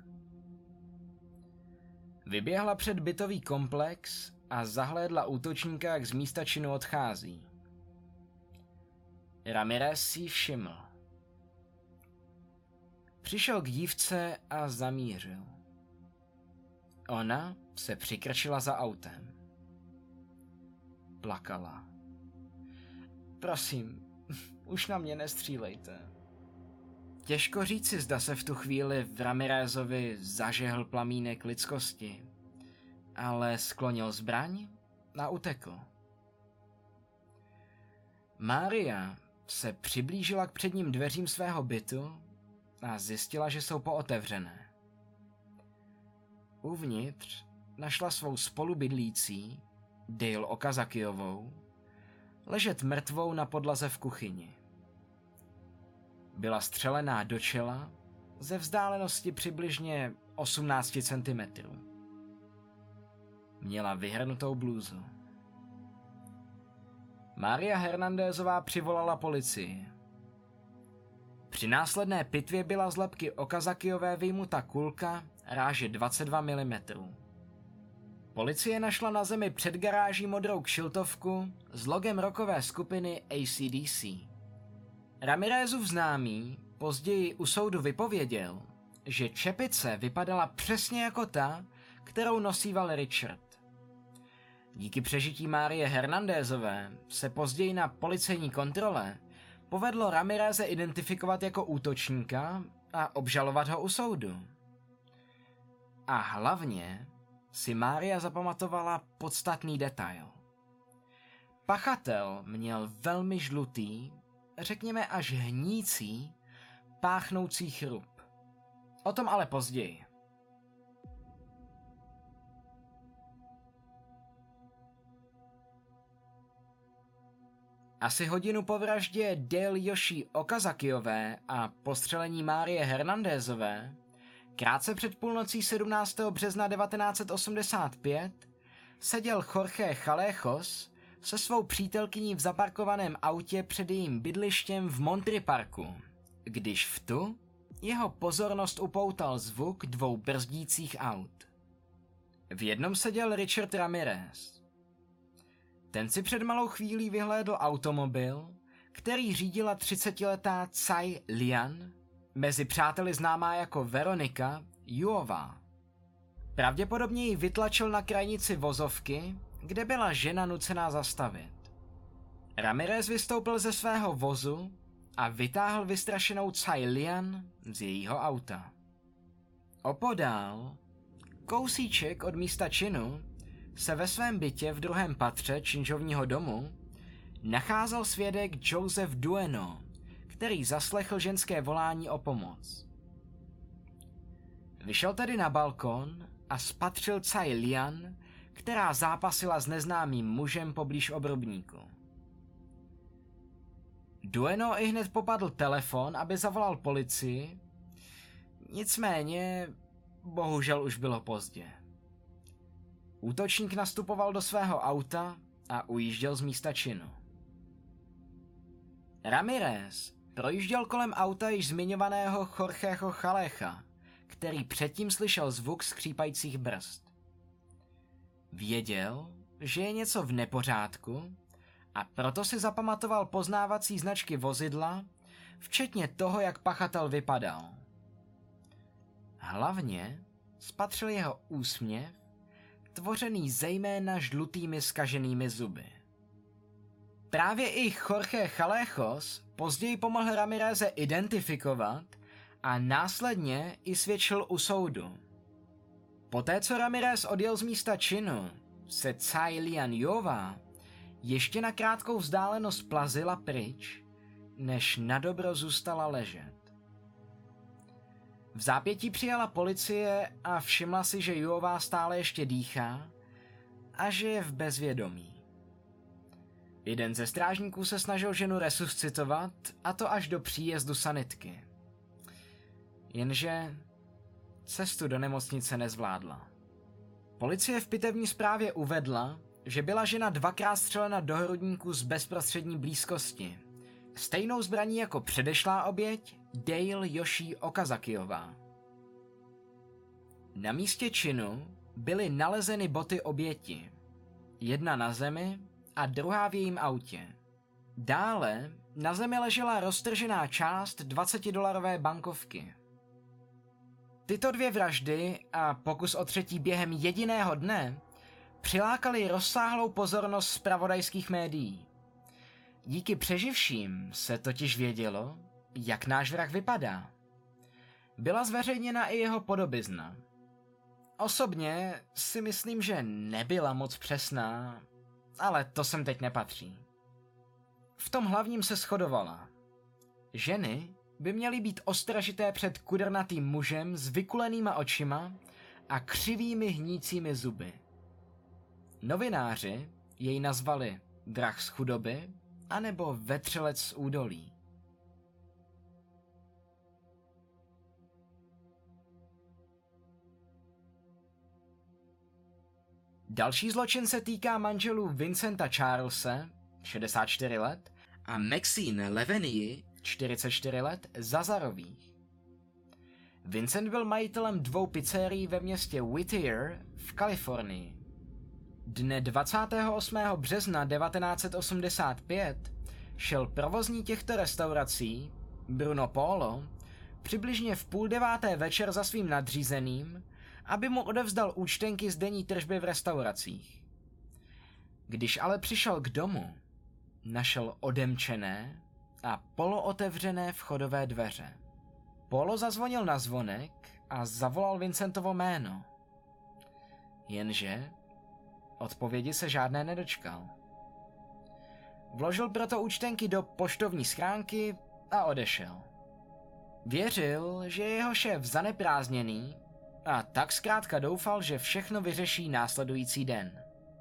[SPEAKER 1] Vyběhla před bytový komplex a zahlédla útočníka, jak z místa činu odchází. Ramirez si ji všiml. Přišel k dívce a zamířil. Ona se přikrčila za autem. Plakala. Prosím, už na mě nestřílejte. Těžko říci, zda se v tu chvíli v Ramirezovi zažehl plamínek lidskosti, ale sklonil zbraň a utekl. Mária se přiblížila k předním dveřím svého bytu a zjistila, že jsou pootevřené. Uvnitř našla svou spolubydlící, Dale Okazakijovou, ležet mrtvou na podlaze v kuchyni. Byla střelená do čela ze vzdálenosti přibližně 18 cm. Měla vyhrnutou blůzu. Mária Hernandézová přivolala policii. Při následné pitvě byla z lebky Okazakijové vyjmuta kulka ráže 22 mm. Policie našla na zemi před garáží modrou kšiltovku s logem rockové skupiny AC/DC. Ramirezův známý později u soudu vypověděl, že čepice vypadala přesně jako ta, kterou nosíval Richard. Díky přežití Márie Hernandézové se později na policejní kontrole povedlo Ramireze identifikovat jako útočníka a obžalovat ho u soudu. A hlavně si Mária zapamatovala podstatný detail. Pachatel měl velmi žlutý, řekněme až hnící, páchnoucí chrup. O tom ale později. Asi hodinu po vraždě Dale Yoshi Okazakijové a postřelení Márie Hernandézové, krátce před půlnocí 17. března 1985, seděl Jorge Chalejos se svou přítelkyní v zaparkovaném autě před jejím bydlištěm v Monterey Parku, když vtu jeho pozornost upoutal zvuk dvou brzdících aut. V jednom seděl Richard Ramirez. Ten si před malou chvílí vyhlédl automobil, který řídila 30letá Tsai Lian, mezi přáteli známá jako Veronika Juová. Pravděpodobně ji vytlačil na krajnici vozovky, kde byla žena nucená zastavit. Ramirez vystoupil ze svého vozu a vytáhl vystrašenou Tsai Lian z jejího auta. Opodál, kousíček od místa činu, se ve svém bytě v druhém patře činžovního domu nacházel svědek Joseph Dueno, který zaslechl ženské volání o pomoc. Vyšel tedy na balkon a spatřil Tsai Lian, která zápasila s neznámým mužem poblíž obrubníku. Dueno ihned popadl telefon, aby zavolal policii, nicméně bohužel už bylo pozdě. Útočník nastupoval do svého auta a ujížděl z místa činu. Ramirez projížděl kolem auta již zmiňovaného Jorgeho Chalecha, který předtím slyšel zvuk skřípajících brzd. Věděl, že je něco v nepořádku a proto si zapamatoval poznávací značky vozidla, včetně toho, jak pachatel vypadal. Hlavně spatřil jeho úsměv, tvořený zejména žlutými zkaženými zuby. Právě i Jorge Chalejos později pomohl Ramireze identifikovat a následně i svědčil u soudu. Poté, co Ramirez odjel z místa činu, se Tsai Lian Jová ještě na krátkou vzdálenost plazila pryč, než nadobro zůstala ležet. V zápětí přijela policie a všimla si, že Jová stále ještě dýchá a že je v bezvědomí. Jeden ze strážníků se snažil ženu resuscitovat, a to až do příjezdu sanitky. Jenže cestu do nemocnice nezvládla. Policie v pitevní zprávě uvedla, že byla žena dvakrát střelena do hrudníku z bezprostřední blízkosti, stejnou zbraní jako předešlá oběť Dale Yoshi Okazakijová. Na místě činu byly nalezeny boty oběti, jedna na zemi a druhá v jejím autě. Dále na zemi ležela roztržená část $20 bankovky. Tyto dvě vraždy a pokus o třetí během jediného dne přilákaly rozsáhlou pozornost zpravodajských médií. Díky přeživším se totiž vědělo, jak náš vrah vypadá. Byla zveřejněna i jeho podobizna. Osobně si myslím, že nebyla moc přesná, ale to sem teď nepatří. V tom hlavním se shodovala. Ženy by měly být ostražité před kudrnatým mužem s vykulenýma očima a křivými hnícími zuby. Novináři jej nazvali vrah z chudoby anebo vetřelec z údolí. Další zločin se týká manželů Vincenta Charlese, 64 let, a Maxine Levenie, 44 let, Zazarových. Vincent byl majitelem 2 pizzerií ve městě Whittier v Kalifornii. Dne 28. března 1985 šel provozní těchto restaurací, Bruno Polo, přibližně v 8:30 večer za svým nadřízeným, aby mu odevzdal účtenky z denní tržby v restauracích. Když ale přišel k domu, našel odemčené a polootevřené vchodové dveře. Polo zazvonil na zvonek a zavolal Vincentovo jméno. Jenže odpovědi se žádné nedočkal. Vložil proto účtenky do poštovní schránky a odešel. Věřil, že je jeho šéf zaneprázdněný a tak zkrátka doufal, že všechno vyřeší následující den.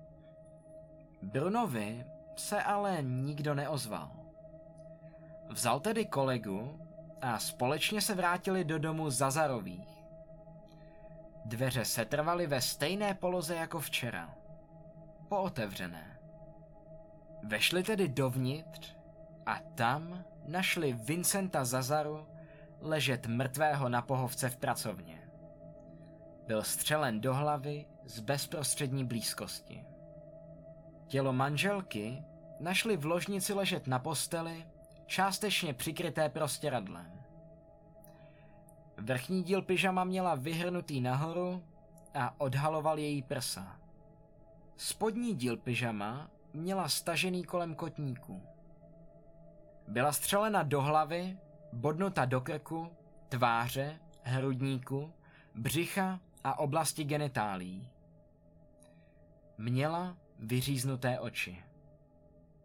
[SPEAKER 1] Brunovi se ale nikdo neozval. Vzal tedy kolegu a společně se vrátili do domu Zazarových. Dveře setrvaly ve stejné poloze jako včera. Pootevřené. Vešli tedy dovnitř a tam našli Vincenta Zazaru ležet mrtvého na pohovce v pracovně. Byl střelen do hlavy z bezprostřední blízkosti. Tělo manželky našli v ložnici ležet na posteli, částečně přikryté prostěradlem. Vrchní díl pyžama měla vyhrnutý nahoru a odhaloval její prsa. Spodní díl pyžama měla stažený kolem kotníku. Byla střelena do hlavy, bodnuta do krku, tváře, hrudníku, břicha a oblasti genitálií. Měla vyříznuté oči.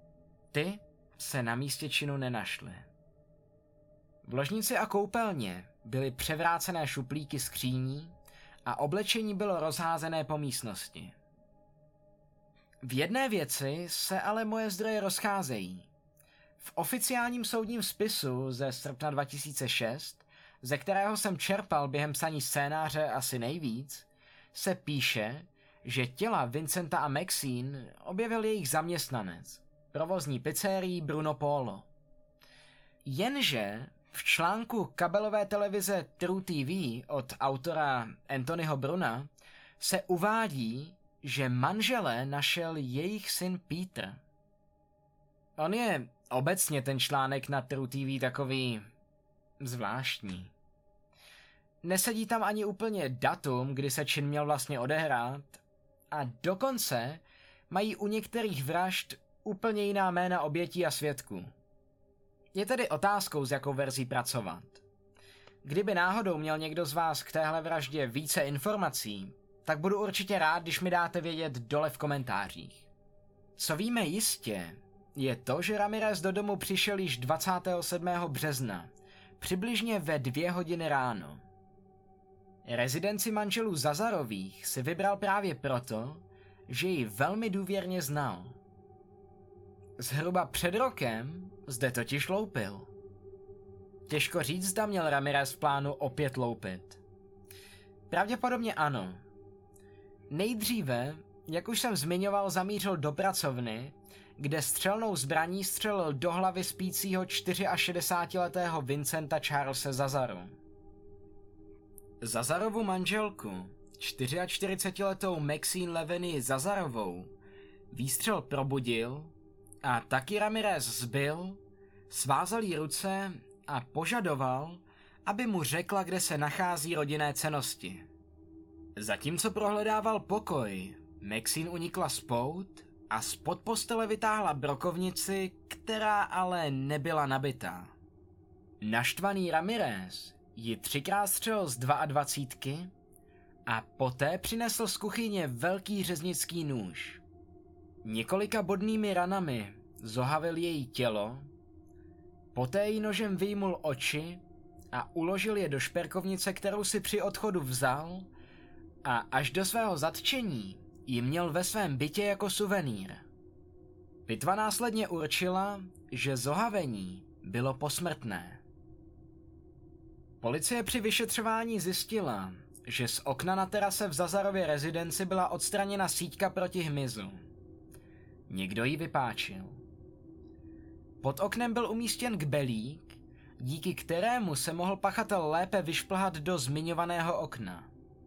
[SPEAKER 1] Ty se na místě činu nenašly. V ložnici a koupelně byly převrácené šuplíky skříní a oblečení bylo rozházené po místnosti. V jedné věci se ale moje zdroje rozcházejí. V oficiálním soudním spisu ze srpna 2006, ze kterého jsem čerpal během psaní scénáře asi nejvíc, se píše, že těla Vincenta a Maxine objevil jejich zaměstnanec, provozní pizzerii Bruno Polo. Jenže v článku kabelové televize True TV od autora Anthonyho Bruna se uvádí, že manžele našel jejich syn Peter. On je obecně ten článek na True TV takový zvláštní. Nesedí tam ani úplně datum, kdy se čin měl vlastně odehrát, a dokonce mají u některých vražd úplně jiná jména obětí a svědků. Je tedy otázkou, s jakou verzí pracovat. Kdyby náhodou měl někdo z vás k téhle vraždě více informací, tak budu určitě rád, když mi dáte vědět dole v komentářích. Co víme jistě, je to, že Ramirez do domu přišel již 27. března, přibližně ve 2 hodiny ráno. Rezidenci manželů Zazarových si vybral právě proto, že ji velmi důvěrně znal. Zhruba před rokem zde totiž loupil. Těžko říct, zda měl Ramirez v plánu opět loupit. Pravděpodobně ano. Nejdříve, jak už jsem zmiňoval, zamířil do pracovny, kde střelnou zbraní střelil do hlavy spícího 64letého Vincenta Charlese Zazaru. Zazarovu manželku, 44letou Maxine Leveny Zazarovou, výstřel probudil a taky Ramirez zbil, svázal jí ruce a požadoval, aby mu řekla, kde se nachází rodinné cennosti. Zatímco prohledával pokoj, Maxine unikla z pout a spod postele vytáhla brokovnici, která ale nebyla nabitá. Naštvaný Ramirez ji 3krát střelil z 22 a poté přinesl z kuchyně velký řeznický nůž. Několika bodnými ranami zohavil její tělo, poté jí nožem vyjmul oči a uložil je do šperkovnice, kterou si při odchodu vzal, a až do svého zatčení ji měl ve svém bytě jako suvenýr. Pitva následně určila, že zohavení bylo posmrtné. Policie při vyšetřování zjistila, že z okna na terase v Zazarově rezidenci byla odstraněna síťka proti hmyzu. Někdo ji vypáčil. Pod oknem byl umístěn kbelík, díky kterému se mohl pachatel lépe vyšplhat do zmiňovaného okna.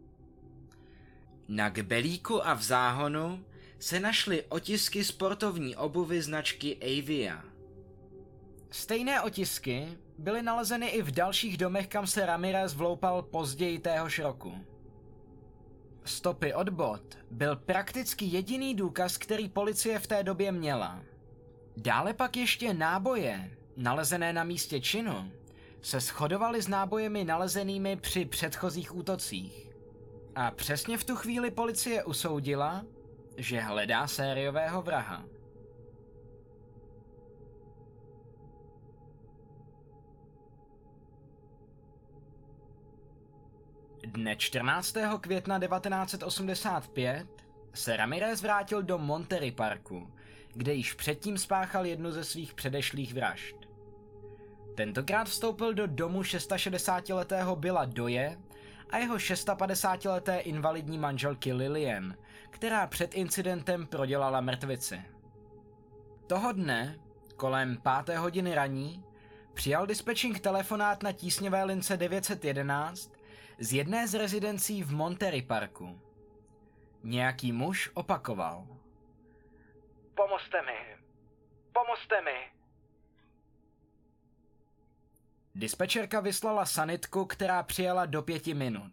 [SPEAKER 1] Na kbelíku a v záhonu se našly otisky sportovní obuvy značky Avia. Stejné otisky byly nalezeny i v dalších domech, kam se Ramirez vloupal později téhož roku. Stopy od bot byl prakticky jediný důkaz, který policie v té době měla. Dále pak ještě náboje, nalezené na místě činu, se shodovaly s nábojemi nalezenými při předchozích útocích. A přesně v tu chvíli policie usoudila, že hledá sériového vraha. Dne 14. května 1985 se Ramirez vrátil do Monterey Parku, kde již předtím spáchal jednu ze svých předešlých vražd. Tentokrát vstoupil do domu 66letého Billa Doye a jeho 56leté invalidní manželky Lillian, která před incidentem prodělala mrtvici. Toho dne, kolem 5. hodiny raní, přijal dispečing telefonát na tísňové lince 911 z jedné z rezidencí v Monterey Parku. Nějaký muž opakoval: Pomozte mi! Pomozte mi! Dispečerka vyslala sanitku, která přijela do 5 minut.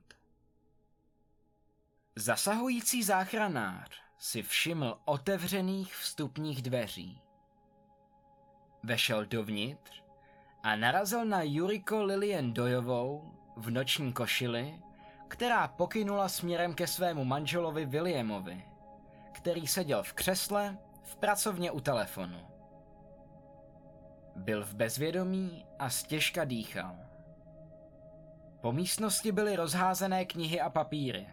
[SPEAKER 1] Zasahující záchranář si všiml otevřených vstupních dveří. Vešel dovnitř a narazil na Yuriko Lillian Doyovou v noční košili, která pokynula směrem ke svému manželovi Williamovi, který seděl v křesle v pracovně u telefonu. Byl v bezvědomí a stěžka dýchal. Po místnosti byly rozházené knihy a papíry.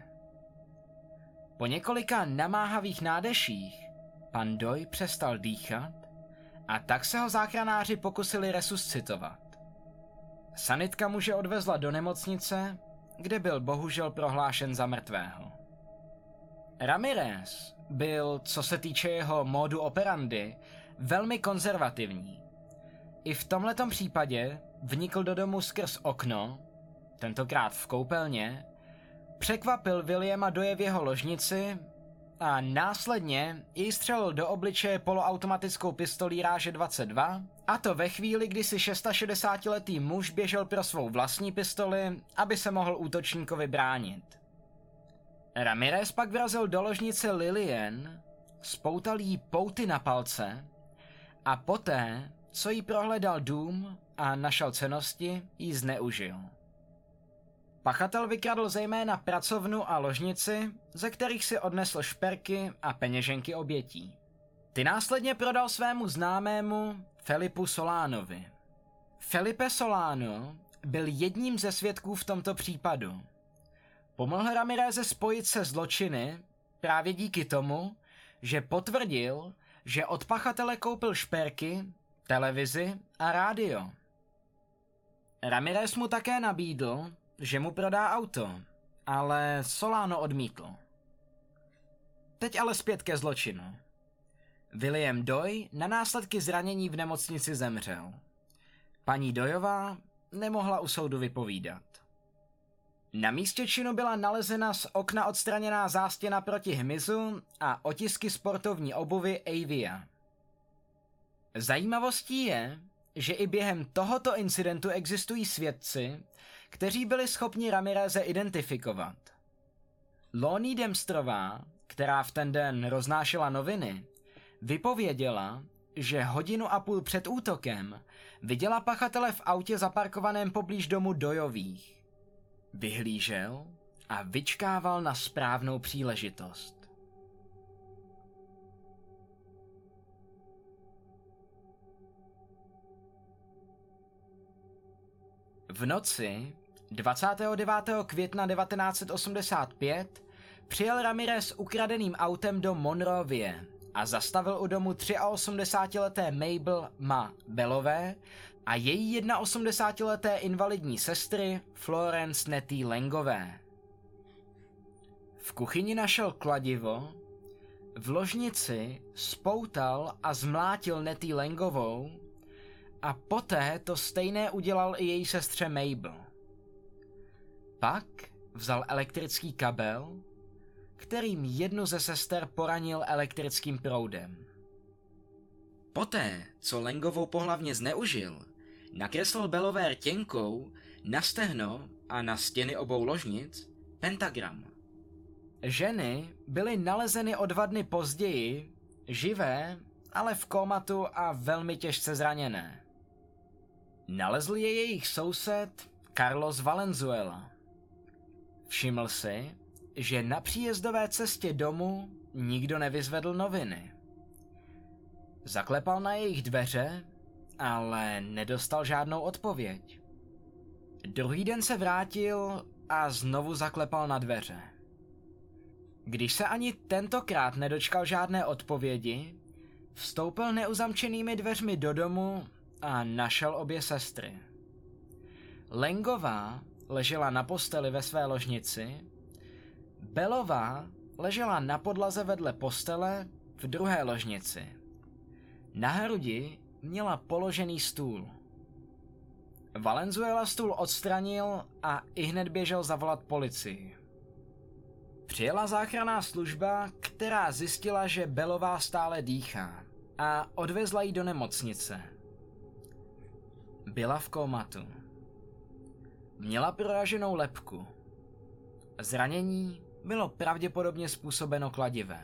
[SPEAKER 1] Po několika namáhavých nádeších pan Doy přestal dýchat a tak se ho záchranáři pokusili resuscitovat. Sanitka muže odvezla do nemocnice, kde byl bohužel prohlášen za mrtvého. Ramirez byl, co se týče jeho modu operandi, velmi konzervativní. I v tomhletom případě vnikl do domu skrz okno, tentokrát v koupelně, překvapil Williama Doye v jeho ložnici a následně jej střelil do obličeje poloautomatickou pistolí ráže 22, a to ve chvíli, kdy si 66letý muž běžel pro svou vlastní pistoli, aby se mohl útočníkovi bránit. Ramirez pak vrazil do ložnice Lillian, spoutal jí pouty na palce a poté, co jí prohledal dům a našel cennosti, jí zneužil. Pachatel vykradl zejména pracovnu a ložnici, ze kterých si odnesl šperky a peněženky obětí. Ty následně prodal svému známému Felipu Solanovi. Felipe Solano byl jedním ze svědků v tomto případu. Pomohl Ramireze spojit se zločiny právě díky tomu, že potvrdil, že od pachatele koupil šperky, televizi a rádio. Ramirez mu také nabídl, že mu prodá auto, ale Solano odmítl. Teď ale zpět ke zločinu. William Doy na následky zranění v nemocnici zemřel. Paní Doyová nemohla u soudu vypovídat. Na místě činu byla nalezena z okna odstraněná zástěna proti hmyzu a otisky sportovní obuvy Avia. Zajímavostí je, že i během tohoto incidentu existují svědci, kteří byli schopni Ramireze identifikovat. Lonnie Dempsterová, která v ten den roznášela noviny, vypověděla, že 1,5 hodiny před útokem viděla pachatele v autě zaparkovaném poblíž domu Doyových. Vyhlížel a vyčkával na správnou příležitost. V noci 29. května 1985 přijel Ramirez ukradeným autem do Monrovie a zastavil u domu 83leté Mabel Ma Bellové a její 81leté invalidní sestry Florence Nettie Langové. V kuchyni našel kladivo, v ložnici spoutal a zmlátil Nettie Langovou a poté to stejné udělal i její sestře Mabel. Pak vzal elektrický kabel, kterým jednu ze sester poranil elektrickým proudem. Poté, co Langovou pohlavně zneužil, nakreslil Bellové rtěnkou na stehno a na stěny obou ložnic pentagram. Ženy byly nalezeny o 2 dny později, živé, ale v kómatu a velmi těžce zraněné. Nalezl je jejich soused Carlos Valenzuela. Všiml si, že na příjezdové cestě domů nikdo nevyzvedl noviny. Zaklepal na jejich dveře, ale nedostal žádnou odpověď. Druhý den se vrátil a znovu zaklepal na dveře. Když se ani tentokrát nedočkal žádné odpovědi, vstoupil neuzamčenými dveřmi do domu a našel obě sestry. Langová ležela na posteli ve své ložnici, Bellová ležela na podlaze vedle postele v druhé ložnici. Na hrudi měla položený stůl. Valenzuela stůl odstranil a ihned běžel zavolat policii. Přijela záchranná služba, která zjistila, že Bellová stále dýchá, a odvezla ji do nemocnice. Byla v kómatu. Měla proraženou lebku. Zranění bylo pravděpodobně způsobeno kladivem.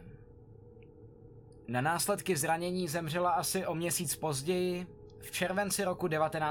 [SPEAKER 1] Na následky zranění zemřela asi o měsíc později, v červenci roku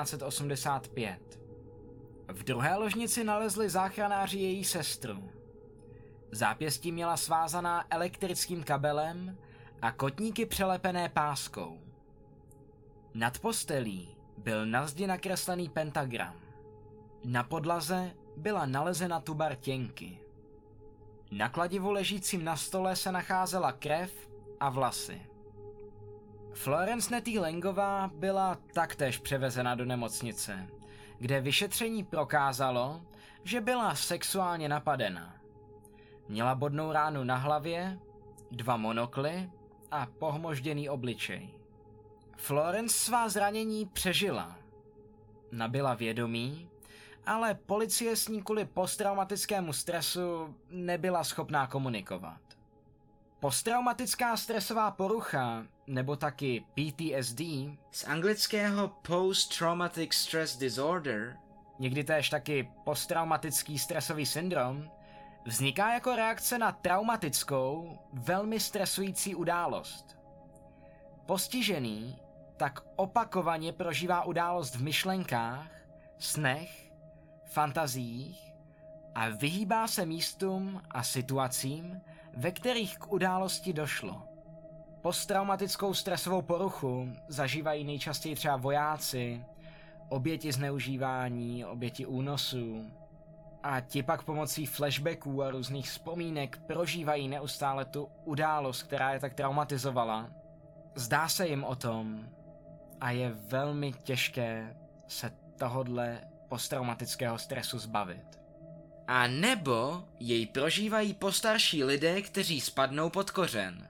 [SPEAKER 1] 1985. V druhé ložnici nalezli záchranáři její sestru. Zápěstí měla svázaná elektrickým kabelem a kotníky přelepené páskou. Nad postelí byl na zdi nakreslený pentagram. Na podlaze byla nalezena tuba rtěnky. Na kladivu ležícím na stole se nacházela krev a vlasy. Florence Nettie Langová byla taktéž převezena do nemocnice, kde vyšetření prokázalo, že byla sexuálně napadena. Měla bodnou ránu na hlavě, 2 monokly a pohmožděný obličej. Florence svá zranění přežila. Nabyla vědomí, ale policie s ní kvůli posttraumatickému stresu nebyla schopná komunikovat. Posttraumatická stresová porucha, nebo taky PTSD, z anglického Post Traumatic Stress Disorder, někdy též taky posttraumatický stresový syndrom, vzniká jako reakce na traumatickou, velmi stresující událost. Postižený tak opakovaně prožívá událost v myšlenkách, snech, fantaziích a vyhýbá se místům a situacím, ve kterých k události došlo. Posttraumatickou stresovou poruchu zažívají nejčastěji třeba vojáci, oběti zneužívání, oběti únosů a ti pak pomocí flashbacků a různých vzpomínek prožívají neustále tu událost, která je tak traumatizovala. Zdá se jim o tom a je velmi těžké se tohodle posttraumatického stresu zbavit. A nebo jej prožívají postarší lidé, kteří spadnou pod kořen.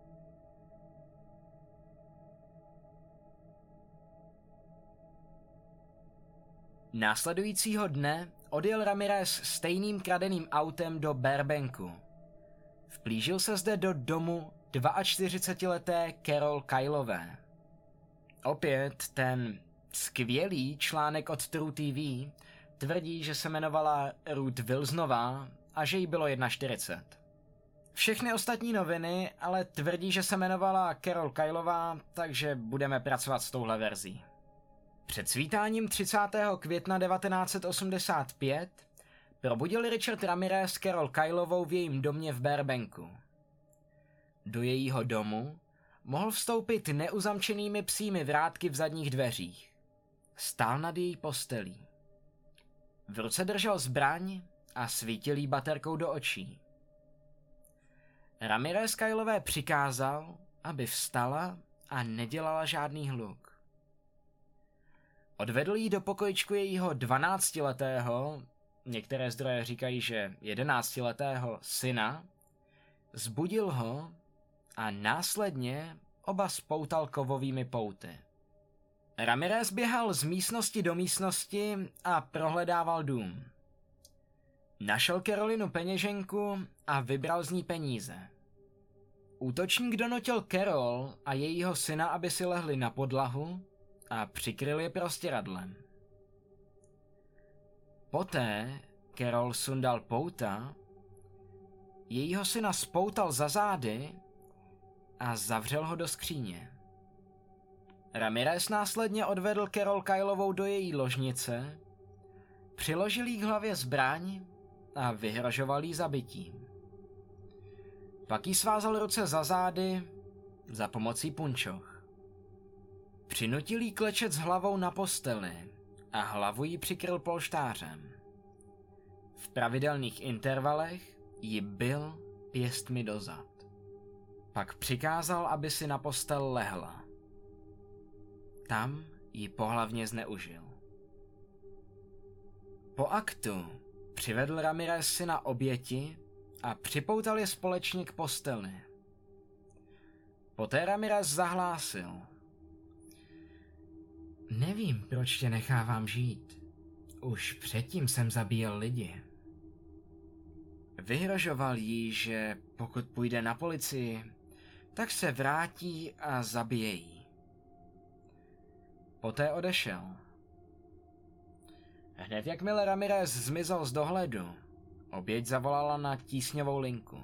[SPEAKER 1] Následujícího dne odjel Ramirez stejným kradeným autem do Burbanku. Vplížil se zde do domu 42leté Carol Kylové. Opět ten skvělý článek od True TV tvrdí, že se jmenovala Ruth Wilsonová a že jí bylo 41. Všechny ostatní noviny ale tvrdí, že se jmenovala Carol Kylová, takže budeme pracovat s touhle verzí. Před svítáním 30. května 1985 probudil Richard Ramirez Carol Kylovou v jejím domě v Burbanku. Do jejího domu mohl vstoupit neuzamčenými psími vrátky v zadních dveřích. Stál nad její postelí. V ruce držel zbraň a svítil jí baterkou do očí. Ramirez Kylové přikázal, aby vstala a nedělala žádný hluk. Odvedl jí do pokojičku jejího 12letého, některé zdroje říkají, že 11letého syna, zbudil ho a následně oba spoutal kovovými pouty. Ramirez běhal z místnosti do místnosti a prohledával dům. Našel Carolinu peněženku a vybral z ní peníze. Útočník donutil Carol a jejího syna, aby si lehli na podlahu a přikryl je prostěradlem. Poté Carol sundal pouta, jejího syna spoutal za zády a zavřel ho do skříně. Ramirez následně odvedl Carol Kylovou do její ložnice, přiložil jí k hlavě zbraň a vyhrožoval jí zabitím. Pak jí svázal ruce za zády za pomocí punčoch. Přinutil jí klečet s hlavou na posteli a hlavu jí přikryl polštářem. V pravidelných intervalech ji bil pěstmi do zad. Pak přikázal, aby si na postel lehla. Tam ji pohlavně zneužil. Po aktu přivedl Ramirez syna oběti a připoutal je společně k posteli. Poté Ramirez zahlásil: Nevím, proč tě nechávám žít. Už předtím jsem zabíjel lidi. Vyhrožoval jí, že pokud půjde na policii, tak se vrátí a zabije jí. Poté odešel. Hned jakmile Ramirez zmizel z dohledu, oběť zavolala na tísňovou linku.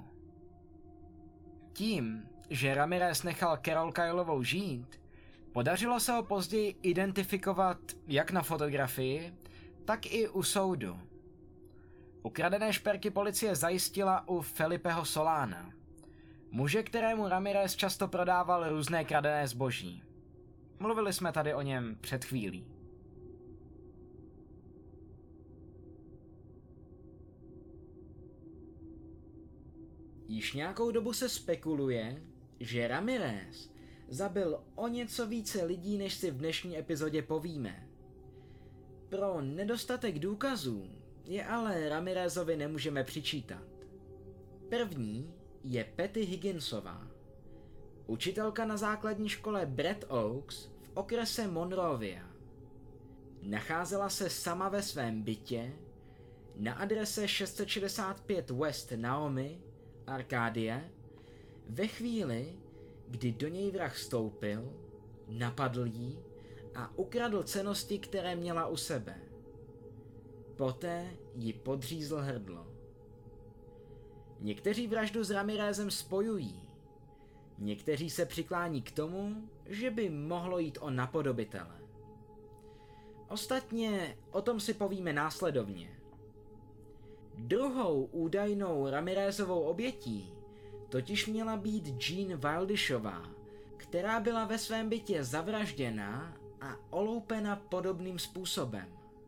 [SPEAKER 1] Tím, že Ramirez nechal Carol Kylovou žít, podařilo se ho později identifikovat jak na fotografii, tak i u soudu. Ukradené šperky policie zajistila u Felipeho Solana, muže, kterému Ramirez často prodával různé kradené zboží. Mluvili jsme tady o něm před chvílí. Již nějakou dobu se spekuluje, že Ramirez zabil o něco více lidí, než si v dnešní epizodě povíme. Pro nedostatek důkazů je ale Ramirezovi nemůžeme přičítat. První je Patty Higginsová, učitelka na základní škole Brad Oaks v okrese Monrovia. Nacházela se sama ve svém bytě na adrese 665 West Naomi, Arcadie, ve chvíli, kdy do něj vrah vstoupil, napadl jí a ukradl cennosti, které měla u sebe. Poté ji podřízl hrdlo. Někteří vraždu s Ramirezem spojují, někteří se přiklání k tomu, že by mohlo jít o napodobitele. Ostatně o tom si povíme následovně. Druhou údajnou Ramirezovou obětí totiž měla být Jean Wildishová, která byla ve svém bytě zavražděna a oloupena podobným způsobem.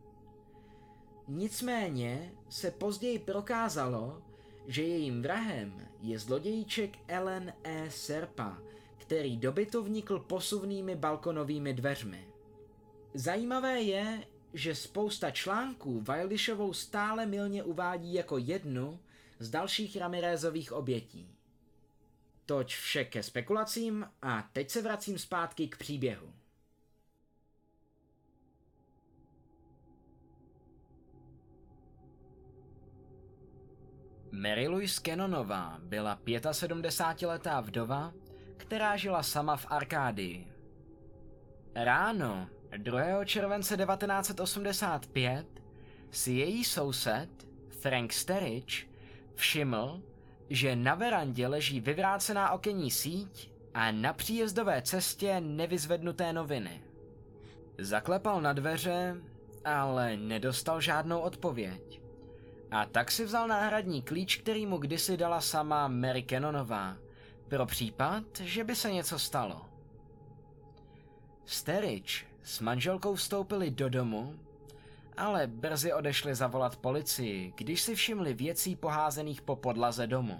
[SPEAKER 1] Nicméně se později prokázalo, že jejím vrahem je zlodějíček Ellen E. Serpa, který do bytu vnikl posuvnými balkonovými dveřmi. Zajímavé je, že spousta článků Wildishovou stále mylně uvádí jako jednu z dalších Ramirezových obětí. Toť vše ke spekulacím a teď se vracím zpátky k příběhu. Mary Louise Cannonová byla 75letá vdova, která žila sama v Arkádii. Ráno 2. července 1985 si její soused, Frank Sterich, všiml, že na verandě leží vyvrácená okenní síť a na příjezdové cestě nevyzvednuté noviny. Zaklepal na dveře, ale nedostal žádnou odpověď. A tak si vzal náhradní klíč, který mu kdysi dala sama Mary Cannonová, pro případ, že by se něco stalo. Sterich s manželkou vstoupili do domu, ale brzy odešli zavolat policii, když si všimli věcí poházených po podlaze domu.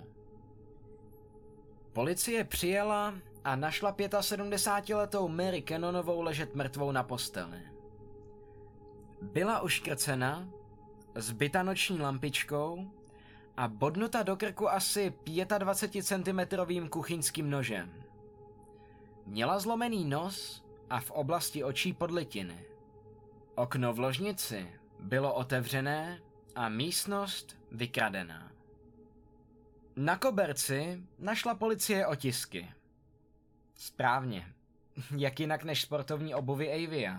[SPEAKER 1] Policie přijela a našla 75letou Mary Cannonovou ležet mrtvou na posteli. Byla uškrcena, zbita noční lampičkou a bodnuta do krku asi 25 cm kuchyňským nožem. Měla zlomený nos a v oblasti očí podlitiny. Okno v ložnici bylo otevřené a místnost vykradená. Na koberci našla policie otisky. Správně, jak jinak než sportovní obuvy Avia.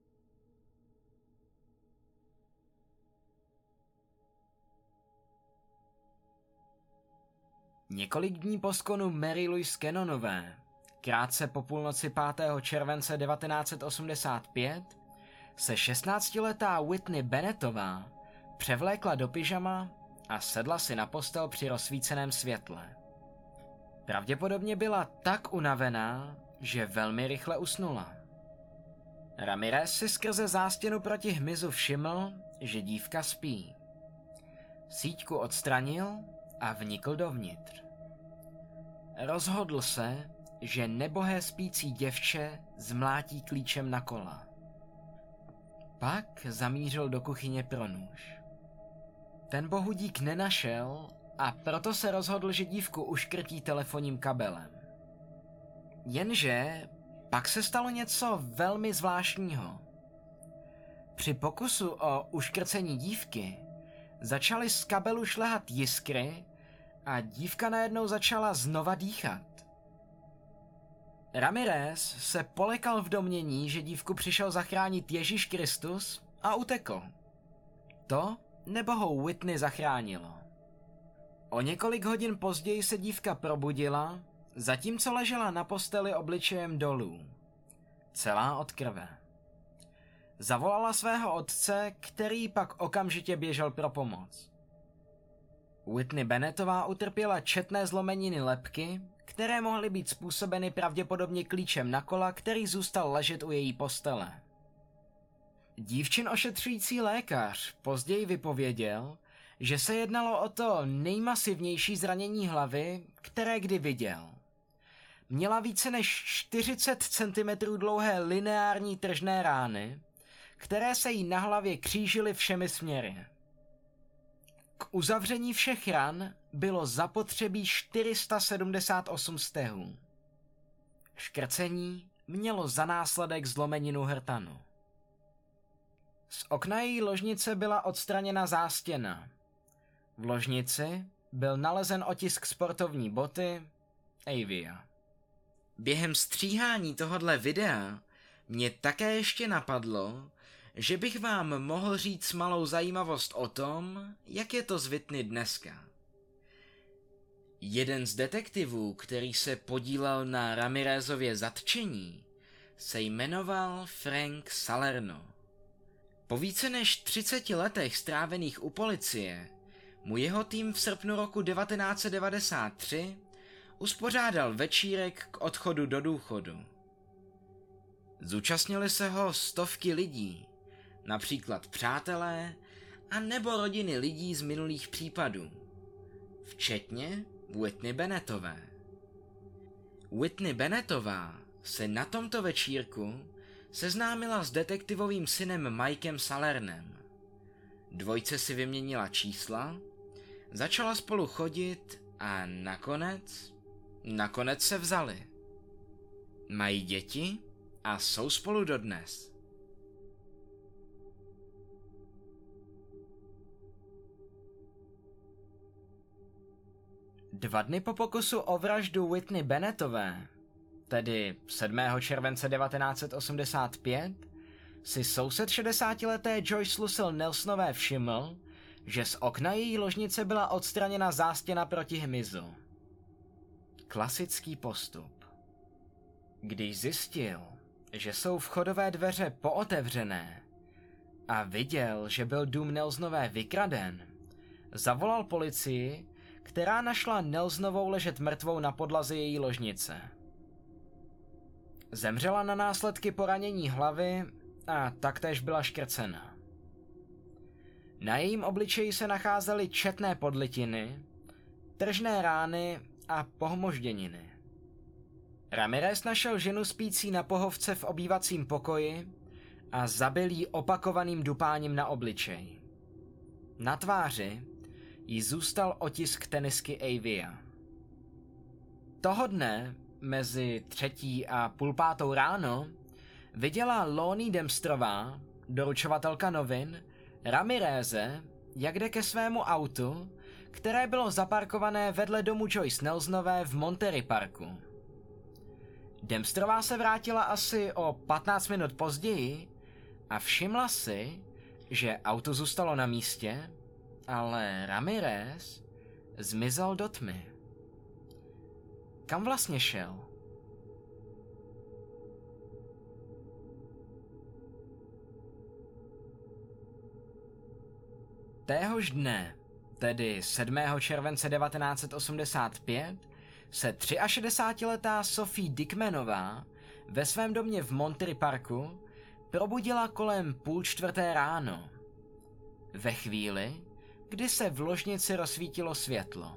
[SPEAKER 1] Několik dní po skonu Mary Louise Cannonové, krátce po půlnoci 5. července 1985, se 16letá Whitney Bennettová převlékla do pyžama a sedla si na postel při rozsvíceném světle. Pravděpodobně byla tak unavená, že velmi rychle usnula. Ramirez si skrze zástěnu proti hmyzu všiml, že dívka spí. Síťku odstranil a vnikl dovnitř. Rozhodl se, že nebohé spící děvče zmlátí klíčem na kola. Pak zamířil do kuchyně pro nůž. Ten bohudík nenašel a proto se rozhodl, že dívku uškrtí telefonním kabelem. Jenže pak se stalo něco velmi zvláštního. Při pokusu o uškrcení dívky začaly z kabelu šlehat jiskry a dívka najednou začala znova dýchat. Ramirez se polekal v domnění, že dívku přišel zachránit Ježíš Kristus a utekl. To nebohou Whitney zachránilo. O několik hodin později se dívka probudila, zatímco ležela na posteli obličejem dolů. Celá od krve. Zavolala svého otce, který pak okamžitě běžel pro pomoc. Whitney Bennettová utrpěla četné zlomeniny lebky, které mohly být způsobeny pravděpodobně klíčem na kola, který zůstal ležet u její postele. Dívčin ošetřující lékař později vypověděl, že se jednalo o to nejmasivnější zranění hlavy, které kdy viděl. Měla více než 40 cm dlouhé lineární tržné rány, které se jí na hlavě křížily všemi směry. K uzavření všech ran bylo zapotřebí 478 stehů. Škrcení mělo za následek zlomeninu hrtanu. Z okna její ložnice byla odstraněna zástěna. V ložnici byl nalezen otisk sportovní boty Avia. Během stříhání tohodle videa mě také ještě napadlo, že bych vám mohl říct malou zajímavost o tom, jak je to s Whitney dneska. Jeden z detektivů, který se podílel na Ramirezově zatčení, se jmenoval Frank Salerno. Po více než 30 letech strávených u policie mu jeho tým v srpnu roku 1993 uspořádal večírek k odchodu do důchodu. Zúčastnili se ho stovky lidí, například přátelé a nebo rodiny lidí z minulých případů, včetně Whitney Bennettové. Whitney Bennettová se na tomto večírku seznámila s detektivovým synem Mikem Salernem. Dvojce si vyměnila čísla, začala spolu chodit a nakonec se vzali. Mají děti a jsou spolu dodnes. Dva dny po pokusu o vraždu Whitney Bennettové, tedy 7. července 1985, si soused 60-leté Joyce Lucille Nelsonové všiml, že z okna její ložnice byla odstraněna zástěna proti hmyzu. Klasický postup. Když zjistil, že jsou vchodové dveře pootevřené a viděl, že byl dům Nelsonové vykraden, zavolal policii, která našla Nelsonovou ležet mrtvou na podlaze její ložnice. Zemřela na následky poranění hlavy a taktéž byla škrcena. Na jejím obličeji se nacházely četné podlitiny, tržné rány a pohmožděniny. Ramirez našel ženu spící na pohovce v obývacím pokoji a zabil ji opakovaným dupáním na obličej. Na tváři jí zůstal otisk tenisky Avia. Toho dne mezi 3. a půl 5. ráno viděla Lonnie Dempsterová, doručovatelka novin, Ramireze, jak jde ke svému autu, které bylo zaparkované vedle domu Joyce Nelsonové v Monterey Parku. Dempsterová se vrátila asi o 15 minut později a všimla si, že auto zůstalo na místě, ale Ramirez zmizel do tmy. Kam vlastně šel? Téhož dne, tedy 7. července 1985, se 63letá Sophie Dickmanová ve svém domě v Monterey Parku probudila kolem 3:30 ráno. Ve chvíli, kdy se v ložnici rozsvítilo světlo.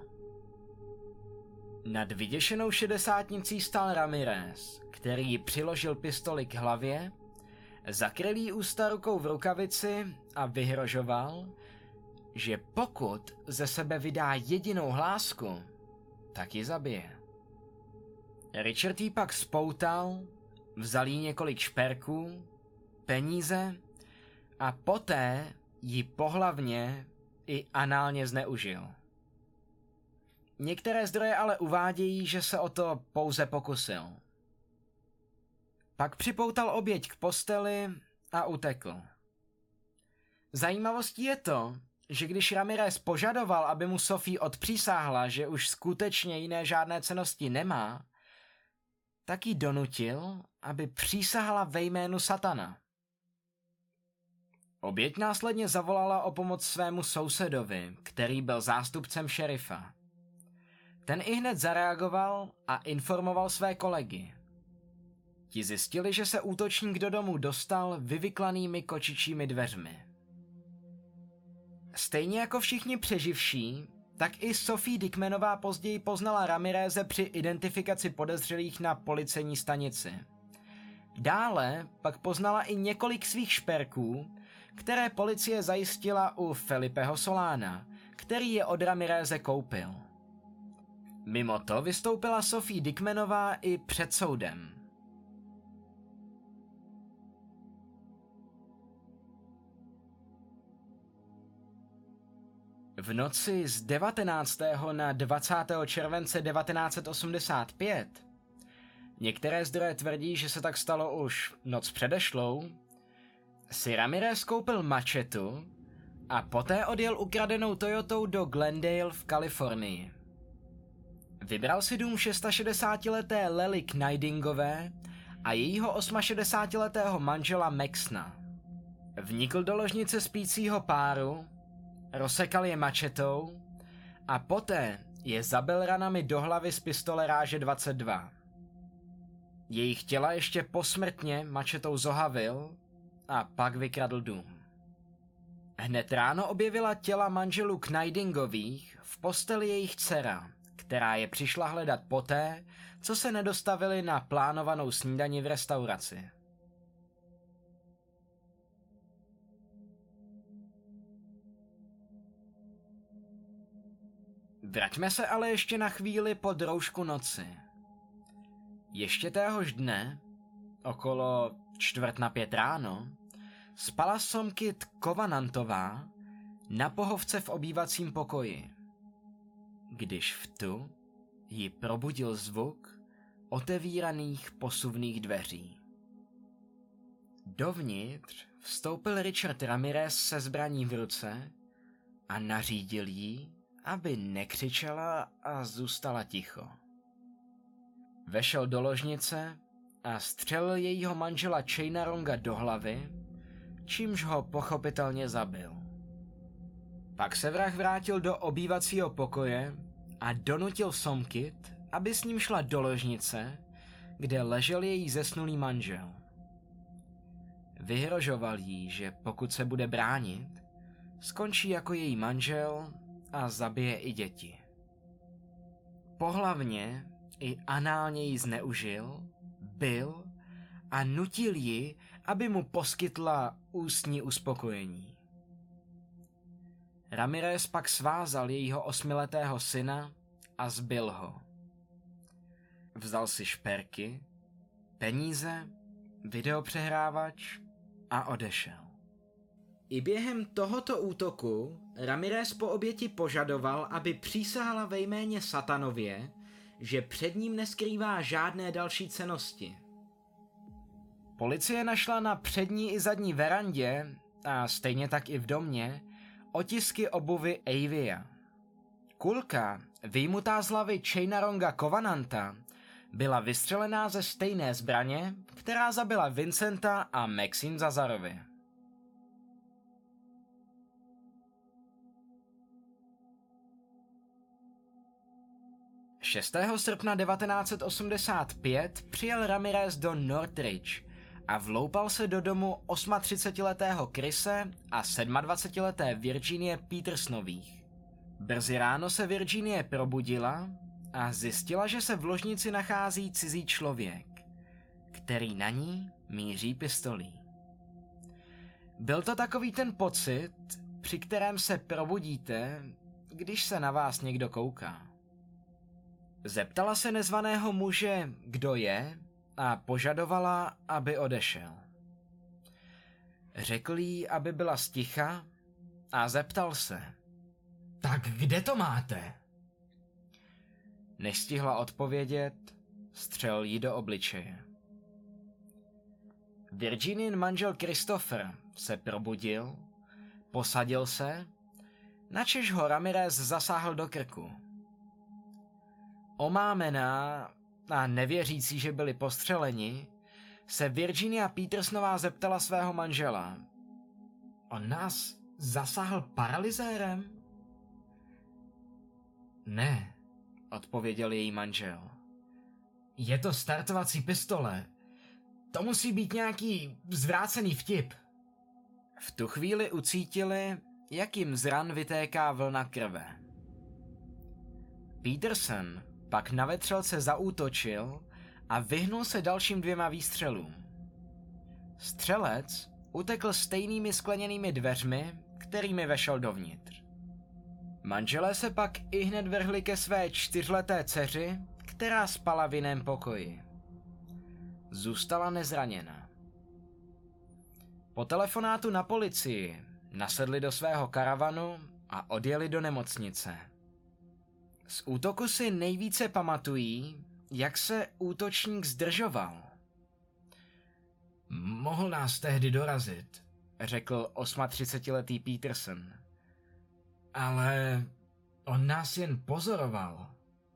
[SPEAKER 1] Nad vyděšenou šedesátnicí stál Ramirez, který jí přiložil pistoli k hlavě, zakryl jí ústa rukou v rukavici a vyhrožoval, že pokud ze sebe vydá jedinou hlásku, tak ji zabije. Richard jí pak spoutal, vzal jí několik šperků, peníze a poté ji pohlavně i análně zneužil. Některé zdroje ale uvádějí, že se o to pouze pokusil. Pak připoutal oběť k posteli a utekl. Zajímavostí je to, že když Ramirez požadoval, aby mu Sophie odpřísáhla, že už skutečně jiné žádné cennosti nemá, tak ji donutil, aby přísahala ve jménu Satana. Oběť následně zavolala o pomoc svému sousedovi, který byl zástupcem šerifa. Ten ihned zareagoval a informoval své kolegy. Ti zjistili, že se útočník do domu dostal vyvyklanými kočičími dveřmi. Stejně jako všichni přeživší, tak i Sophie Dickmanová později poznala Ramireze při identifikaci podezřelých na policejní stanici. Dále pak poznala i několik svých šperků, které policie zajistila u Felipeho Solána, který je od Ramireze koupil. Mimo to vystoupila Sophie Dickmanová i před soudem. V noci z 19. na 20. července 1985, některé zdroje tvrdí, že se tak stalo už noc předešlou, si Ramirez koupil mačetu a poté odjel ukradenou Toyotou do Glendale v Kalifornii. Vybral si dům 66leté Lily Kneidingové a jejího 68letého manžela Maxna. Vnikl do ložnice spícího páru, rozsekal je mačetou a poté je zabil ranami do hlavy z pistole ráže 22. Jejich těla ještě posmrtně mačetou zohavil a pak vykradl dům. Hned ráno objevila těla manželů Kneidingových v posteli jejich dcera, která je přišla hledat poté, co se nedostavili na plánovanou snídani v restauraci. Vraťme se ale ještě na chvíli pod roušku noci. Ještě téhož dne, okolo 4:45 ráno, spala Somkit Covenantová na pohovce v obývacím pokoji, když v tu ji probudil zvuk otevíraných posuvných dveří. Dovnitř vstoupil Richard Ramirez se zbraní v ruce a nařídil jí, aby nekřičela a zůstala ticho. Vešel do ložnice a střelil jejího manžela Chainaronga do hlavy, čímž ho pochopitelně zabil. Pak se vrah vrátil do obývacího pokoje a donutil Somkit, aby s ním šla do ložnice, kde ležel její zesnulý manžel. Vyhrožoval jí, že pokud se bude bránit, skončí jako její manžel a zabije i děti. Pohlavně i análně ji zneužil, bil a nutil ji, aby mu poskytla ústní uspokojení. Ramirez pak svázal jejího 8letého syna a zbil ho. Vzal si šperky, peníze, videopřehrávač a odešel. I během tohoto útoku Ramirez po oběti požadoval, aby přísahala ve jméně Satanově, že před ním neskrývá žádné další cennosti. Policie našla na přední i zadní verandě, a stejně tak i v domě, otisky obuvy Avia. Kulka, vyjmutá z hlavy Chainaronga Covenanta, byla vystřelená ze stejné zbraně, která zabila Vincenta a Maxine Zazarovi. – 6. srpna 1985 přijel Ramirez do Northridge a vloupal se do domu 38letého Chrise a 27leté Virginie Petersonových. Brzy ráno se Virginie probudila a zjistila, že se v ložnici nachází cizí člověk, který na ní míří pistolí. Byl to takový ten pocit, při kterém se probudíte, když se na vás někdo kouká. Zeptala se nezvaného muže, kdo je, a požadovala, aby odešel. Řekl jí, aby byla sticha, a zeptal se: tak kde to máte? Než stihla odpovědět, střelil jí do obličeje. Virginin manžel Christopher se probudil, posadil se, načež ho Ramirez zasáhl do krku. Omámená a nevěřící, že byli postřeleni, se Virginia Petersonová zeptala svého manžela: on nás zasáhl paralyzérem? Ne, odpověděl její manžel. Je to startovací pistole. To musí být nějaký zvrácený vtip. V tu chvíli ucítili, jak jim z ran vytéká vlna krve. Peterson pak na vetřelce zaútočil a vyhnul se dalším 2 výstřelům. Střelec utekl stejnými skleněnými dveřmi, kterými vešel dovnitř. Manželé se pak ihned vrhli ke své 4leté dceři, která spala v jiném pokoji. Zůstala nezraněna. Po telefonátu na policii nasedli do svého karavanu a odjeli do nemocnice. Z útoku si nejvíce pamatují, jak se útočník zdržoval. Mohl nás tehdy dorazit, řekl 38letý Peterson. Ale on nás jen pozoroval.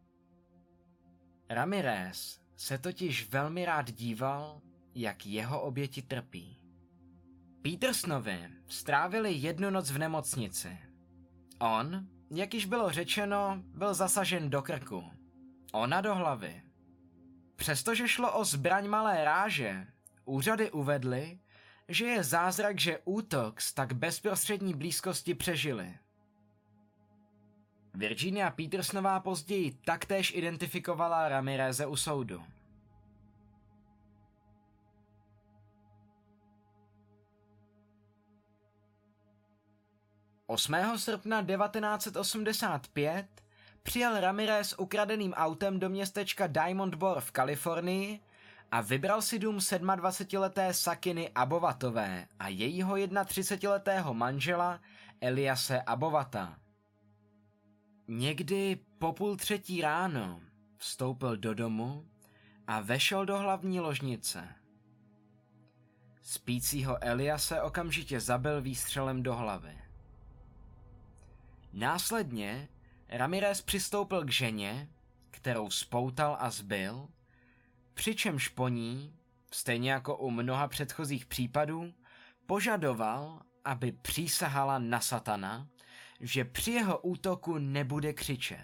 [SPEAKER 1] Ramirez se totiž velmi rád díval, jak jeho oběti trpí. Petersonovi strávili 1 noc v nemocnici. On, jak již bylo řečeno, byl zasažen do krku. Ona do hlavy. Přestože šlo o zbraň malé ráže, úřady uvedly, že je zázrak, že útok z tak bezprostřední blízkosti přežili. Virginia Petersonová později taktéž identifikovala Ramireze u soudu. Osmého srpna 1985 přijel Ramirez ukradeným autem do městečka Diamond Bar v Kalifornii a vybral si dům 27leté Sakiny Abovatové a jejího 31letého manžela Eliase Abovata. Někdy po 2:30 ráno vstoupil do domu a vešel do hlavní ložnice. Spícího Eliase okamžitě zabil výstřelem do hlavy. Následně Ramirez přistoupil k ženě, kterou spoutal a zbil, přičemž po ní, stejně jako u mnoha předchozích případů, požadoval, aby přísahala na satana, že při jeho útoku nebude křičet.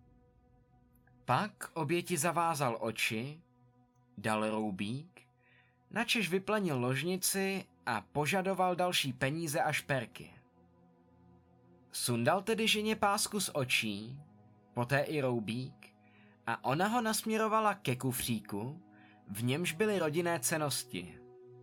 [SPEAKER 1] Pak oběti zavázal oči, dal roubík, načež vyplenil ložnici a požadoval další peníze a šperky. Sundal tedy ženě pásku z očí, poté i roubík a ona ho nasměrovala ke kufříku, v němž byly rodinné cennosti.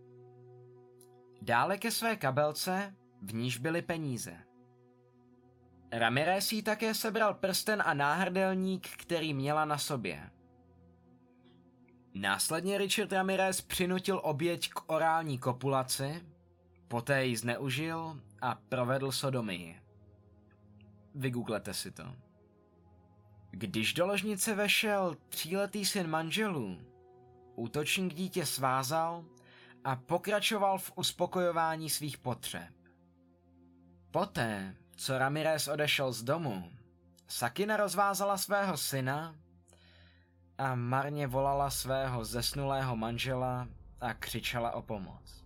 [SPEAKER 1] Dále ke své kabelce, v níž byly peníze. Ramirez jí také sebral prsten a náhrdelník, který měla na sobě. Následně Richard Ramirez přinutil oběť k orální kopulaci, poté ji zneužil a provedl sodomii. Vygooglete si to. Když do ložnice vešel 3letý syn manželů, útočník dítě svázal a pokračoval v uspokojování svých potřeb. Poté, co Ramirez odešel z domu, Sakina rozvázala svého syna a marně volala svého zesnulého manžela a křičela o pomoc.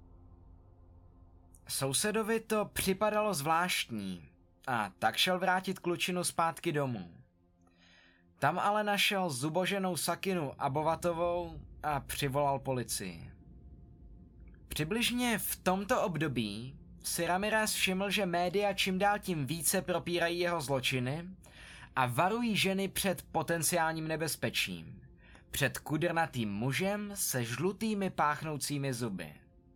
[SPEAKER 1] Sousedovi to připadalo zvláštní a tak šel vrátit klučinu zpátky domů. Tam ale našel zuboženou Sakinu Abovatovou a přivolal policii. Přibližně v tomto období si Ramirez všiml, že média čím dál tím více propírají jeho zločiny a varují ženy před potenciálním nebezpečím. Před kudrnatým mužem se žlutými páchnoucími zuby.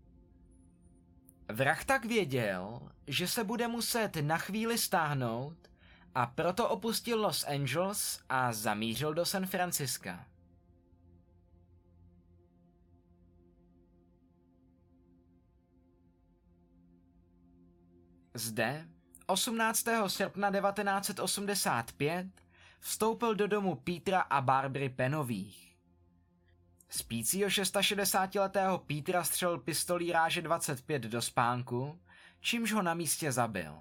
[SPEAKER 1] Vrah tak věděl, že se bude muset na chvíli stáhnout a proto opustil Los Angeles a zamířil do San Franciska. Zde 18. srpna 1985 vstoupil do domu Petera a Barbary Pennových. Spícího 66letého Petera střelil pistolí ráže 25 do spánku, čímž ho na místě zabil.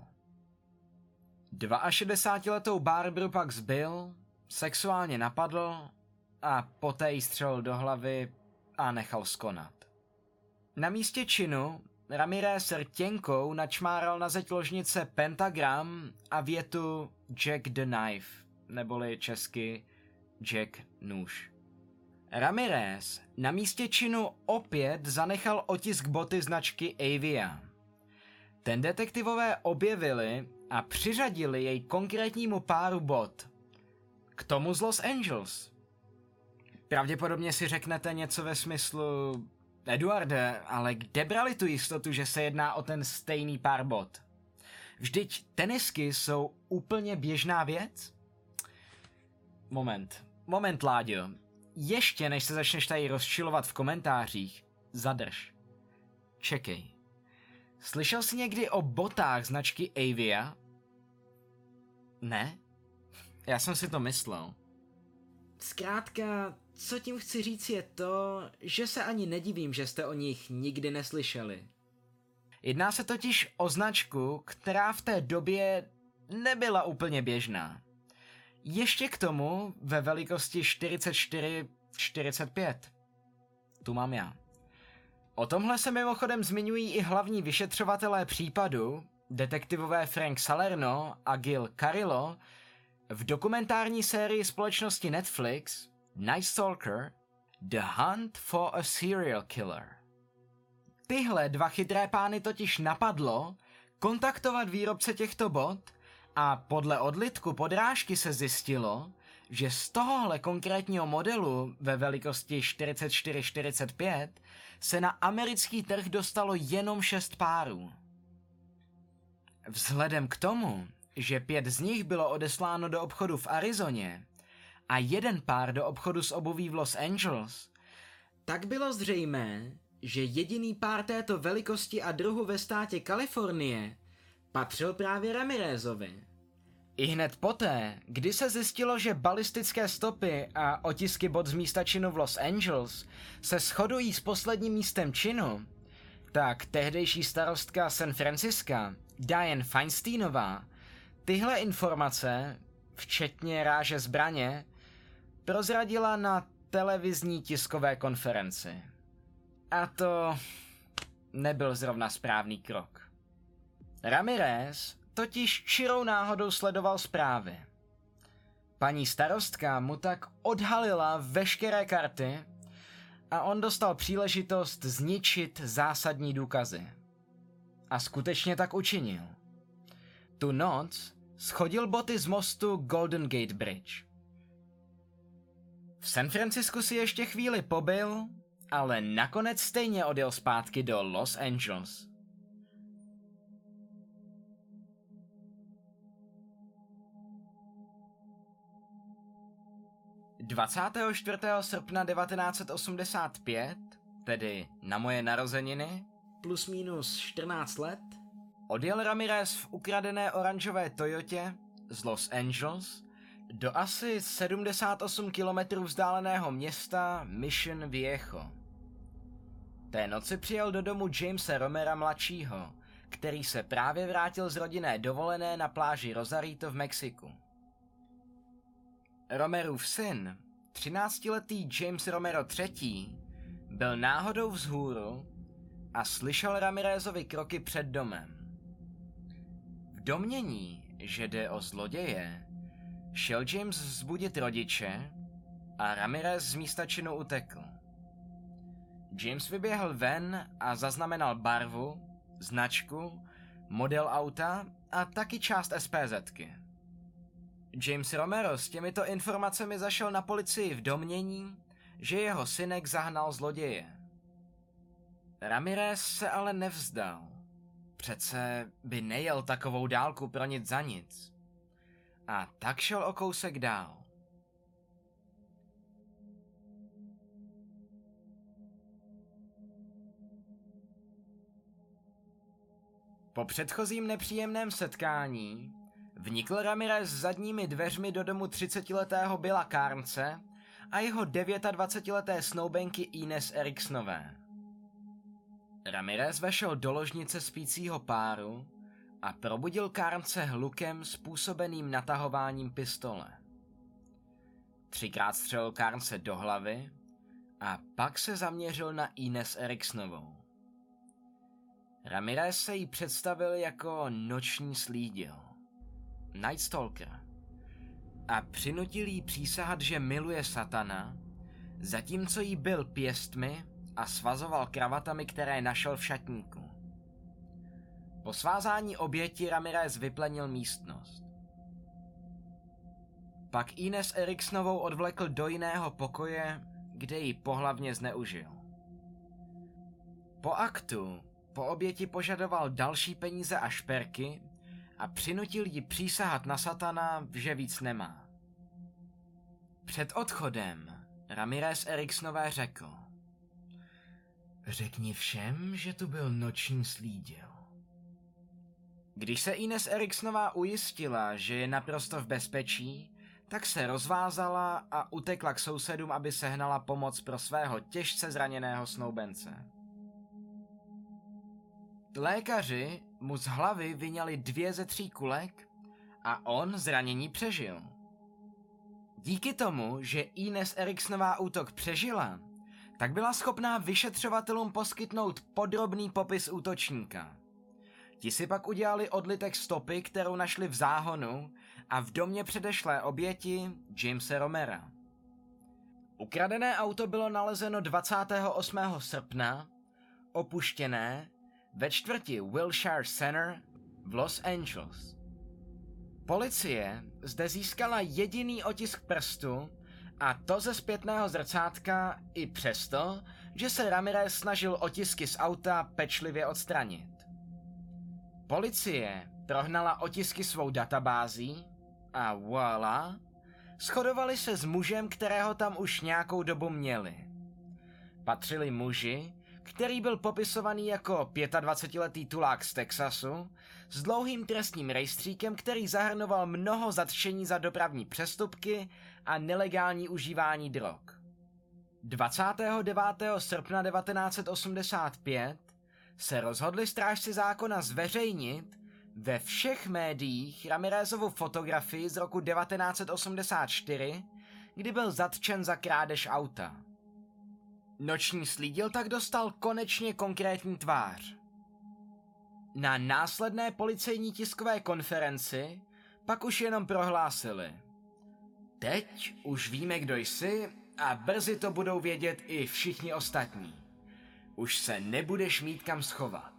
[SPEAKER 1] 62letou Barbaru pak zbil, sexuálně napadl a poté jí střelil do hlavy a nechal skonat. Na místě činu Ramirez rtěnkou načmáral na zeď ložnice pentagram a větu Jack the Knife neboli česky Jack Nůž. Ramirez na místě činu opět zanechal otisk boty značky Avia. Ten detektivové objevili a přiřadili jej konkrétnímu páru bot. K tomu z Los Angeles. Pravděpodobně si řeknete něco ve smyslu: Eduarde, ale kde brali tu jistotu, že se jedná o ten stejný pár bot? Vždyť tenisky jsou úplně běžná věc? Moment, Láďo. Ještě než se začneš tady rozčilovat v komentářích, zadrž. Čekej. Slyšel jsi někdy o botách značky Avia? Ne? Já jsem si to myslel. Zkrátka, co tím chci říct je to, že se ani nedivím, že jste o nich nikdy neslyšeli. Jedná se totiž o značku, která v té době nebyla úplně běžná. Ještě k tomu ve velikosti 44-45. Tu mám já. O tomhle se mimochodem zmiňují i hlavní vyšetřovatelé případu, detektivové Frank Salerno a Gil Carillo, v dokumentární sérii společnosti Netflix Night Stalker The Hunt for a Serial Killer. Tyhle dva chytré pány totiž napadlo kontaktovat výrobce těchto bot a podle odlitku podrážky se zjistilo, že z tohohle konkrétního modelu ve velikosti 44-45 se na americký trh dostalo jenom 6 párů. Vzhledem k tomu, že 5 z nich bylo odesláno do obchodu v Arizoně a 1 pár do obchodu s obuví v Los Angeles, tak bylo zřejmé, že jediný pár této velikosti a druhu ve státě Kalifornie patřil právě Ramirezovi. I hned poté, kdy se zjistilo, že balistické stopy a otisky bot z místa činu v Los Angeles se shodují s posledním místem činu, tak tehdejší starostka San Francisca, Diane Feinsteinová, tyhle informace, včetně ráže zbraně, prozradila na televizní tiskové konferenci. A to nebyl zrovna správný krok. Ramirez totiž čirou náhodou sledoval zprávy. Paní starostka mu tak odhalila veškeré karty a on dostal příležitost zničit zásadní důkazy. A skutečně tak učinil. Tu noc schodil boty z mostu Golden Gate Bridge. V San Francisku si ještě chvíli pobyl, ale nakonec stejně odjel zpátky do Los Angeles. ...24. srpna 1985, tedy na moje narozeniny, plus minus 14 let, odjel Ramirez v ukradené oranžové Toyotě z Los Angeles do asi 78 kilometrů vzdáleného města Mission Viejo. Té noci přijel do domu Jamese Romera mladšího, který se právě vrátil z rodinné dovolené na pláži Rosarito v Mexiku. Romerův syn, 13letý James Romero III., byl náhodou vzhůru a slyšel Ramirezovi kroky před domem. V domnění, že jde o zloděje, šel James vzbudit rodiče a Ramirez z místa činu utekl. James vyběhl ven a zaznamenal barvu, značku, model auta a taky část SPZky. James Romero s těmito informacemi zašel na policii v domnění, že jeho synek zahnal zloděje. Ramirez se ale nevzdal. Přece by nejel takovou dálku pro nic za nic. A tak šel o kousek dál. Po předchozím nepříjemném setkání vnikl Ramirez zadními dveřmi do domu 30letého Billa Carnce a jeho 29leté snoubenky Ines Eriksonové. Ramirez vešel do ložnice spícího páru a probudil Carnce hlukem způsobeným natahováním pistole. 3krát střelil Carnce do hlavy a pak se zaměřil na Ines Eriksonovou. Ramirez se jí představil jako noční slídil, Night Stalker, a přinutil jí přísahat, že miluje satana, zatímco jí bil pěstmi a svazoval kravatami, které našel v šatníku. Po svázání oběti Ramirez vyplenil místnost. Pak Ines Eriksonovou odvlekl do jiného pokoje, kde ji pohlavně zneužil. Po aktu po oběti požadoval další peníze a šperky a přinutil ji přísahat na satana, že víc nemá. Před odchodem Ramirez Eriksonové řekl: Řekni všem, že tu byl noční slídil. Když se Ines Eriksonová ujistila, že je naprosto v bezpečí, tak se rozvázala a utekla k sousedům, aby sehnala pomoc pro svého těžce zraněného snoubence. Lékaři mu z hlavy vyňali 2 ze 3 kulek a on zranění přežil. Díky tomu, že Ines Eriksonová útok přežila, tak byla schopná vyšetřovatelům poskytnout podrobný popis útočníka. Ti si pak udělali odlitek stopy, kterou našli v záhonu a v domě předešlé oběti Jamese Romera. Ukradené auto bylo nalezeno 28. srpna, opuštěné, ve čtvrti Wilshire Center v Los Angeles. Policie zde získala jediný otisk prstu, a to ze zpětného zrcátka, i přesto, že se Ramirez snažil otisky z auta pečlivě odstranit. Policie prohnala otisky svou databází a voilà, shodovali se s mužem, kterého tam už nějakou dobu měli. Patřili muži, který byl popisovaný jako 25letý tulák z Texasu s dlouhým trestním rejstříkem, který zahrnoval mnoho zatčení za dopravní přestupky a nelegální užívání drog. 29. srpna 1985 se rozhodli strážci zákona zveřejnit ve všech médiích Ramirezovu fotografii z roku 1984, kdy byl zatčen za krádež auta. Noční slídil tak dostal konečně konkrétní tvář. Na následné policejní tiskové konferenci pak už jenom prohlásili: Teď už víme, kdo jsi, a brzy to budou vědět i všichni ostatní. Už se nebudeš mít kam schovat.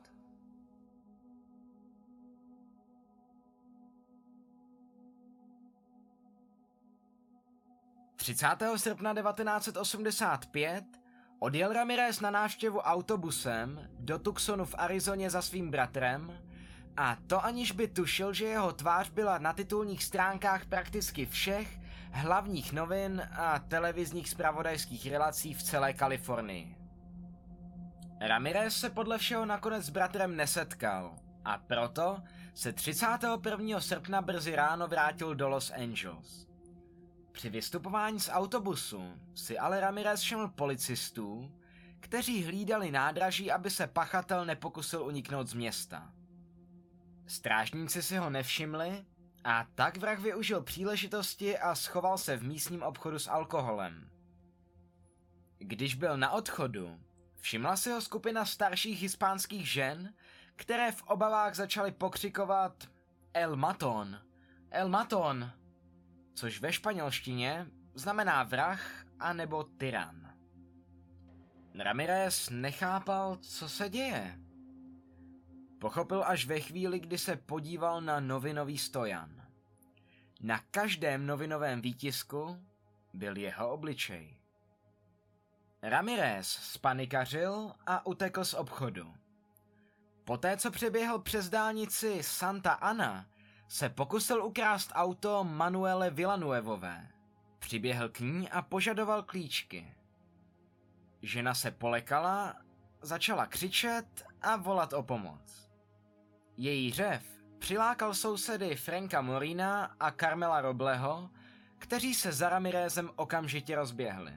[SPEAKER 1] "30. srpna 1985 odjel Ramirez na návštěvu autobusem do Tucsonu v Arizoně za svým bratrem, a to aniž by tušil, že jeho tvář byla na titulních stránkách prakticky všech hlavních novin a televizních zpravodajských relací v celé Kalifornii. Ramirez se podle všeho nakonec s bratrem nesetkal a proto se 31. srpna brzy ráno vrátil do Los Angeles. Při vystupování z autobusu si ale Ramirez všiml policistů, kteří hlídali nádraží, aby se pachatel nepokusil uniknout z města. Strážníci si ho nevšimli a tak vrah využil příležitosti a schoval se v místním obchodu s alkoholem. Když byl na odchodu, všimla si ho skupina starších hispánských žen, které v obavách začaly pokřikovat El Matón, El Matón, což ve španělštině znamená vrah anebo tyran. Ramirez nechápal, co se děje. Pochopil až ve chvíli, kdy se podíval na novinový stojan. Na každém novinovém výtisku byl jeho obličej. Ramirez spanikařil a utekl z obchodu. Poté, co přeběhl přes dálnici Santa Ana, se pokusil ukrást auto Manuele Villanuevové. Přiběhl k ní a požadoval klíčky. Žena se polekala, začala křičet a volat o pomoc. Její řev přilákal sousedy Franka Morina a Carmela Robleho, kteří se za Ramirezem okamžitě rozběhli.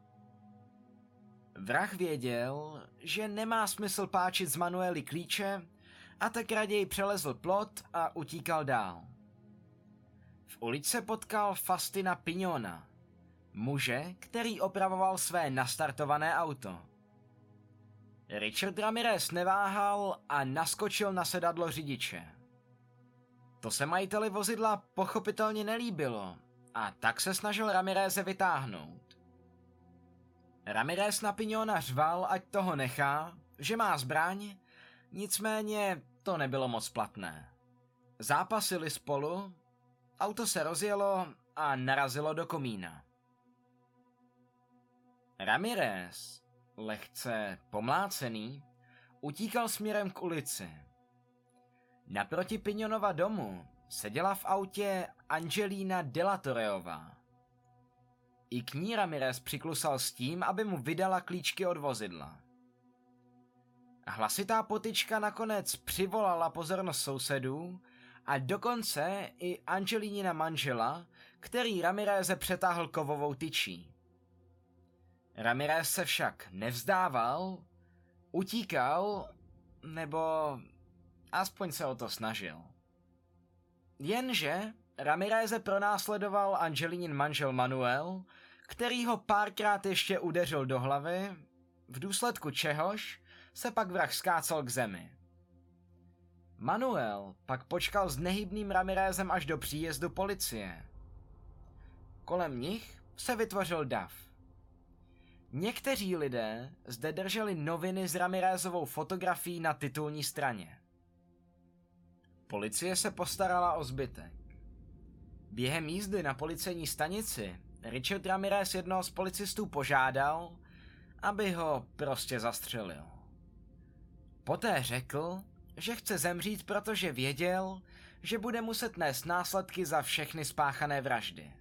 [SPEAKER 1] Vrah věděl, že nemá smysl páčit z Manuely klíče, a tak raději přelezl plot a utíkal dál. V uličce potkal Faustina Piñona, muže, který opravoval své nastartované auto. Richard Ramirez neváhal a naskočil na sedadlo řidiče. To se majiteli vozidla pochopitelně nelíbilo a tak se snažil Ramireze vytáhnout. Ramirez na Piñona řval, ať toho nechá, že má zbraň, nicméně to nebylo moc platné. Zápasili spolu, auto se rozjelo a narazilo do komína. Ramirez, lehce pomlácený, utíkal směrem k ulici. Naproti Piñonova domu seděla v autě Angelina Delatoreová. I k ní Ramirez přiklusal s tím, aby mu vydala klíčky od vozidla. Hlasitá potyčka nakonec přivolala pozornost sousedů a dokonce i Angelínina manžela, který Ramireze přetáhl kovovou tyčí. Ramirez se však nevzdával, utíkal, nebo aspoň se o to snažil. Jenže Ramireze pronásledoval Angelinin manžel Manuel, který ho párkrát ještě udeřil do hlavy, v důsledku čehož se pak vrah skácel k zemi. Manuel pak počkal s nehybným Ramirezem až do příjezdu policie. Kolem nich se vytvořil dav. Někteří lidé zde drželi noviny s Ramirezovou fotografií na titulní straně. Policie se postarala o zbytek. Během jízdy na policejní stanici Richard Ramirez jednoho z policistů požádal, aby ho prostě zastřelil. Poté řekl, že chce zemřít, protože věděl, že bude muset nést následky za všechny spáchané vraždy.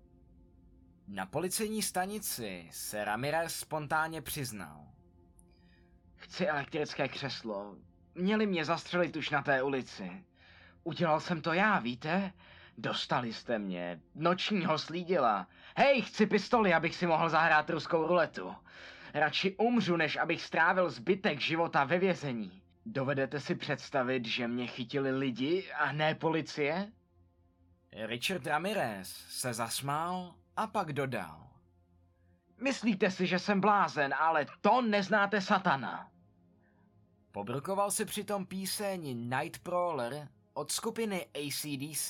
[SPEAKER 1] Na policejní stanici se Ramirez spontánně přiznal. Chci elektrické křeslo. Měli mě zastřelit už na té ulici. Udělal jsem to já, víte? Dostali jste mě. Nočního slídila. Hej, chci pistoli, abych si mohl zahrát ruskou ruletu. Radši umřu, než abych strávil zbytek života ve vězení. Dovedete si představit, že mě chytili lidi a ne policie? Richard Ramirez se zasmál a pak dodal. Myslíte si, že jsem blázen, ale to neznáte satana. Pobrukoval si přitom píseň Nightcrawler od skupiny AC/DC.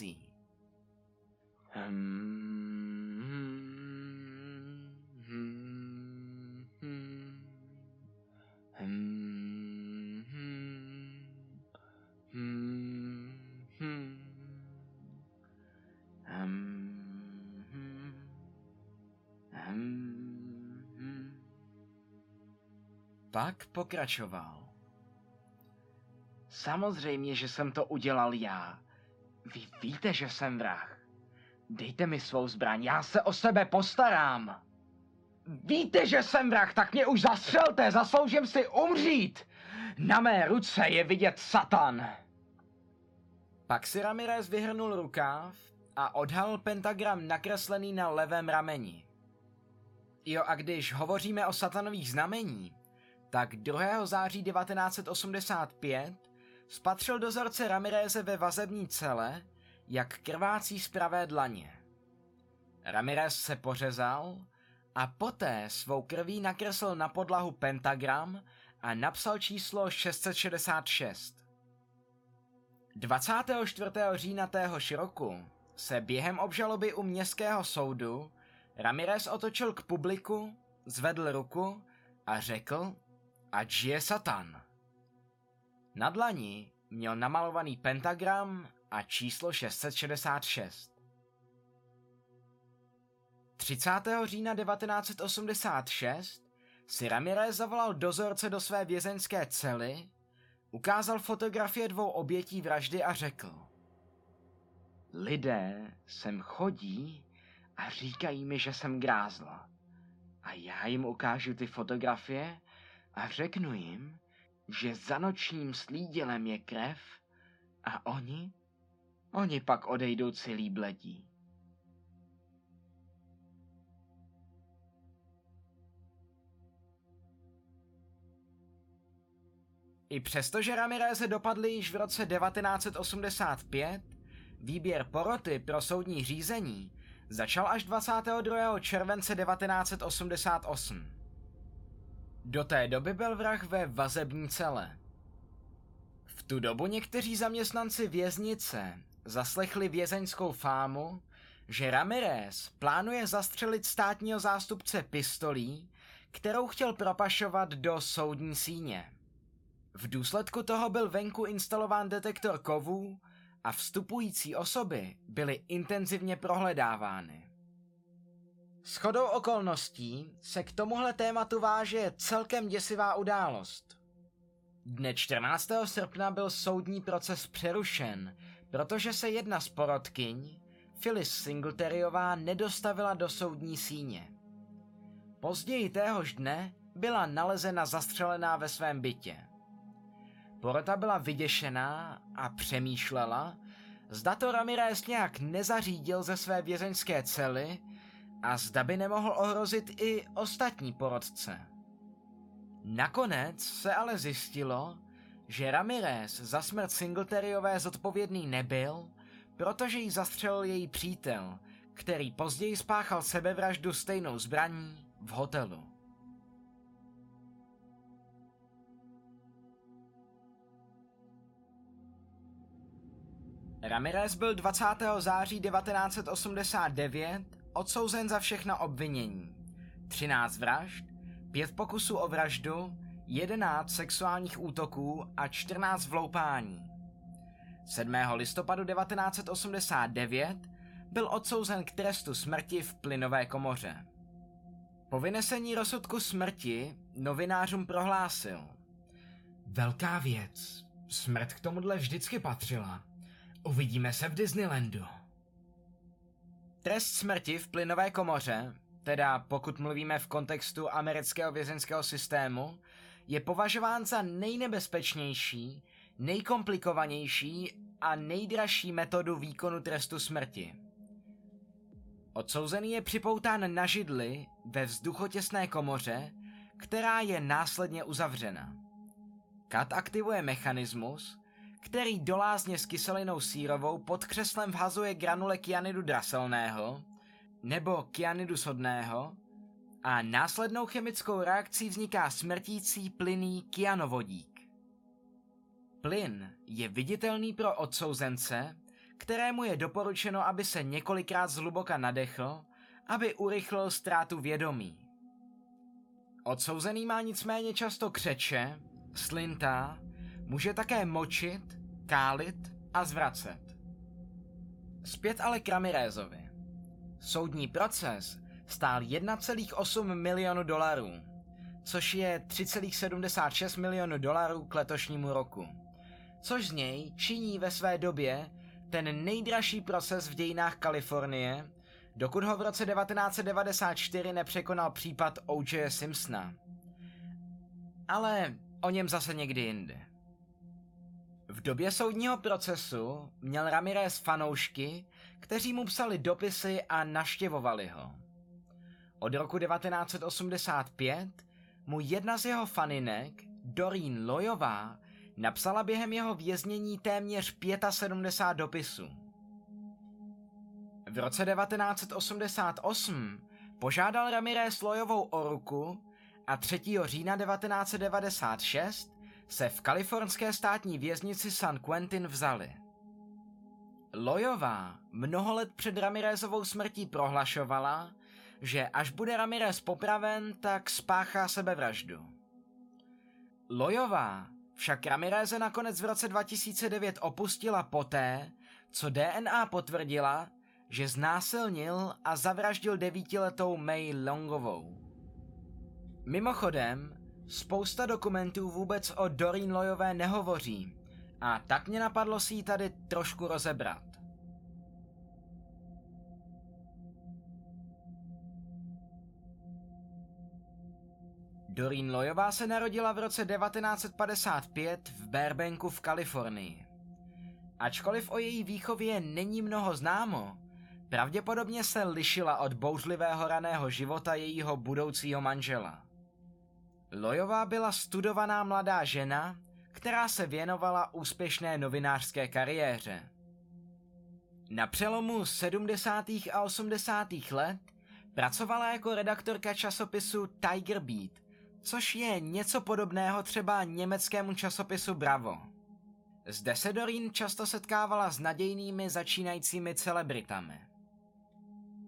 [SPEAKER 1] Pak pokračoval. Samozřejmě, že jsem to udělal já. Vy víte, že jsem vrah. Dejte mi svou zbraň, já se o sebe postarám. Víte, že jsem vrah, tak mě už zastřelte, zasloužím si umřít. Na mé ruce je vidět Satan. Pak si Ramirez vyhrnul rukáv a odhalil pentagram nakreslený na levém rameni. Jo, a když hovoříme o satanových znamení, tak 2. září 1985 spatřil dozorce Ramireze ve vazební cele, jak krvácí z pravé dlaně. Ramirez se pořezal a poté svou krví nakreslil na podlahu pentagram a napsal číslo 666. 24. října téhož roku se během obžaloby u městského soudu Ramirez otočil k publiku, zvedl ruku a řekl, ať žije Satan. Na dlani měl namalovaný pentagram a číslo 666. 30. října 1986 si Ramirez zavolal dozorce do své vězeňské cely, ukázal fotografie 2 obětí vraždy a řekl: lidé sem chodí a říkají mi, že jsem grázla. A já jim ukážu ty fotografie a řeknu jim, že za nočním slídělem je krev a oni pak odejdou celý bledí. I přesto, že Ramireze dopadli již v roce 1985, výběr poroty pro soudní řízení začal až 22. července 1988. Do té doby byl vrah ve vazební cele. V tu dobu někteří zaměstnanci věznice zaslechli vězeňskou fámu, že Ramirez plánuje zastřelit státního zástupce pistolí, kterou chtěl propašovat do soudní síně. V důsledku toho byl venku instalován detektor kovů a vstupující osoby byly intenzivně prohledávány. Shodou okolností se k tomuhle tématu váže celkem děsivá událost. Dne 14. srpna byl soudní proces přerušen, protože se jedna z porotkyň, Phyllis Singletaryová, nedostavila do soudní síně. Později téhož dne byla nalezena zastřelená ve svém bytě. Porota byla vyděšená a přemýšlela, zda to Ramirez nějak nezařídil ze své vězeňské cely a zda by nemohl ohrozit i ostatní porotce. Nakonec se ale zjistilo, že Ramirez za smrt Singletaryové zodpovědný nebyl, protože jí zastřelil její přítel, který později spáchal sebevraždu stejnou zbraní v hotelu. Ramirez byl 20. září 1989 odsouzen za všechna obvinění. 13 vražd, 5 pokusů o vraždu, 11 sexuálních útoků a 14 vloupání. 7. listopadu 1989 byl odsouzen k trestu smrti v plynové komoře. Po vynesení rozsudku smrti novinářům prohlásil: Velká věc, smrt k tomuhle vždycky patřila. Uvidíme se v Disneylandu. Trest smrti v plynové komoře, teda pokud mluvíme v kontextu amerického vězeňského systému, je považován za nejnebezpečnější, nejkomplikovanější a nejdražší metodu výkonu trestu smrti. Odsouzený je připoután na židli ve vzduchotěsné komoře, která je následně uzavřena. Kat aktivuje mechanismus, který do lázně s kyselinou sírovou pod křeslem vhazuje granule kyanidu draselného nebo kyanidu sodného a následnou chemickou reakcí vzniká smrtící plynný kyanovodík. Plyn je viditelný pro odsouzence, kterému je doporučeno, aby se několikrát zhluboka nadechl, aby urychlil ztrátu vědomí. Odsouzený má nicméně často křeče, slintá, může také močit, kálit a zvracet. Zpět ale k Ramirezovi. Soudní proces stál 1,8 milionu dolarů, což je 3,76 milionu dolarů k letošnímu roku, což z něj činí ve své době ten nejdražší proces v dějinách Kalifornie, dokud ho v roce 1994 nepřekonal případ O.J. Simpsona. Ale o něm zase někdy jindy. V době soudního procesu měl Ramirez fanoušky, kteří mu psali dopisy a navštěvovali ho. Od roku 1985 mu jedna z jeho faninek, Doreen Loyová, napsala během jeho věznění téměř 75 dopisů. V roce 1988 požádal Ramirez Loyovou o ruku a 3. října 1996 se v kalifornské státní věznici San Quentin vzali. Loyová mnoho let před Ramirezovou smrtí prohlašovala, že až bude Ramirez popraven, tak spáchá sebevraždu. Loyová však Ramireze nakonec v roce 2009 opustila poté, co DNA potvrdila, že znásilnil a zavraždil 9letou May Longovou. Mimochodem, spousta dokumentů vůbec o Doreen Loyové nehovoří a tak mě napadlo si ji tady trošku rozebrat. Doreen Loyová se narodila v roce 1955 v Burbanku v Kalifornii. Ačkoliv o její výchově není mnoho známo, pravděpodobně se lišila od bouřlivého raného života jejího budoucího manžela. Loyová byla studovaná mladá žena, která se věnovala úspěšné novinářské kariéře. Na přelomu 70. a 80. let pracovala jako redaktorka časopisu Tiger Beat, což je něco podobného třeba německému časopisu Bravo. Zde se Doreen často setkávala s nadějnými začínajícími celebritami.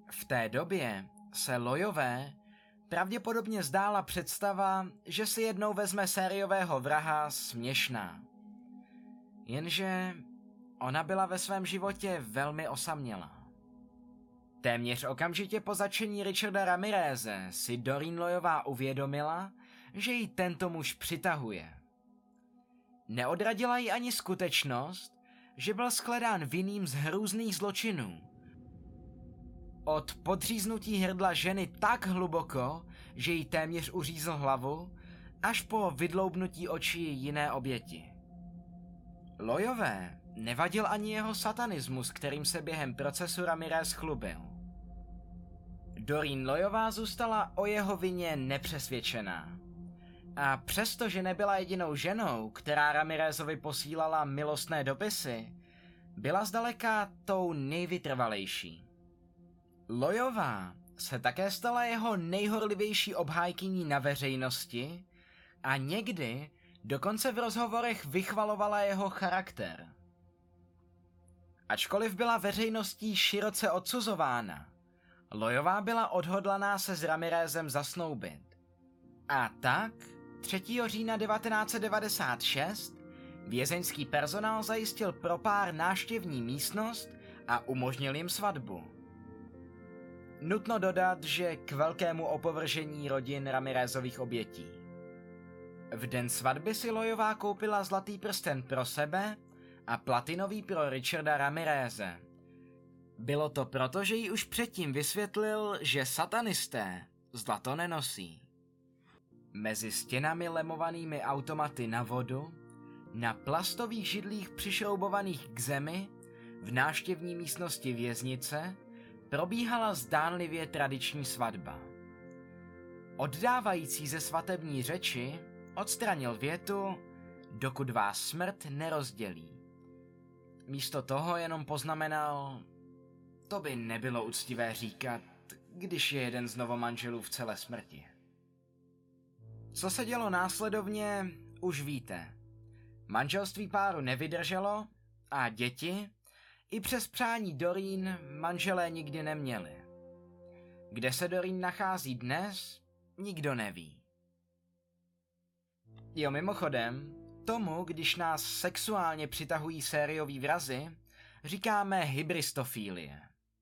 [SPEAKER 1] V té době se Loyové pravděpodobně zdála představa, že si jednou vezme sériového vraha směšná. Jenže ona byla ve svém životě velmi osamělá. Téměř okamžitě po začení Richarda Ramireze si Doreen Loyová uvědomila, že ji tento muž přitahuje. Neodradila ji ani skutečnost, že byl shledán vinným z hrůzných zločinů. Od podříznutí hrdla ženy tak hluboko, že jí téměř uřízl hlavu, až po vydloubnutí očí jiné oběti. Loyové nevadil ani jeho satanismus, kterým se během procesu Ramirez chlubil. Doreen Loyová zůstala o jeho vině nepřesvědčená. A přestože nebyla jedinou ženou, která Ramirezovi posílala milostné dopisy, byla zdaleka tou nejvytrvalejší. Loyová se také stala jeho nejhorlivější obhájkyní na veřejnosti a někdy dokonce v rozhovorech vychvalovala jeho charakter. Ačkoliv byla veřejností široce odsuzována, Loyová byla odhodlaná se s Ramirezem zasnoubit. A tak 3. října 1996 vězeňský personál zajistil pro pár návštěvní místnost a umožnil jim svatbu. Nutno dodat, že k velkému opovržení rodin Ramirezových obětí. V den svatby si Loyová koupila zlatý prsten pro sebe a platinový pro Richarda Ramireze. Bylo to proto, že jí už předtím vysvětlil, že satanisté zlato nenosí. Mezi stěnami lemovanými automaty na vodu, na plastových židlích přišroubovaných k zemi, v návštěvní místnosti věznice, probíhala zdánlivě tradiční svatba. Oddávající ze svatební řeči odstranil větu, dokud vás smrt nerozdělí. Místo toho jenom poznamenal, to by nebylo uctivé říkat, když je jeden z novomanželů v celé smrti. Co se dělo následovně, už víte. Manželství páru nevydrželo a děti, i přes přání Doreen, manželé nikdy neměli. Kde se Doreen nachází dnes, nikdo neví. Jo, mimochodem, tomu, když nás sexuálně přitahují sérioví vrazi, říkáme hybristofílie.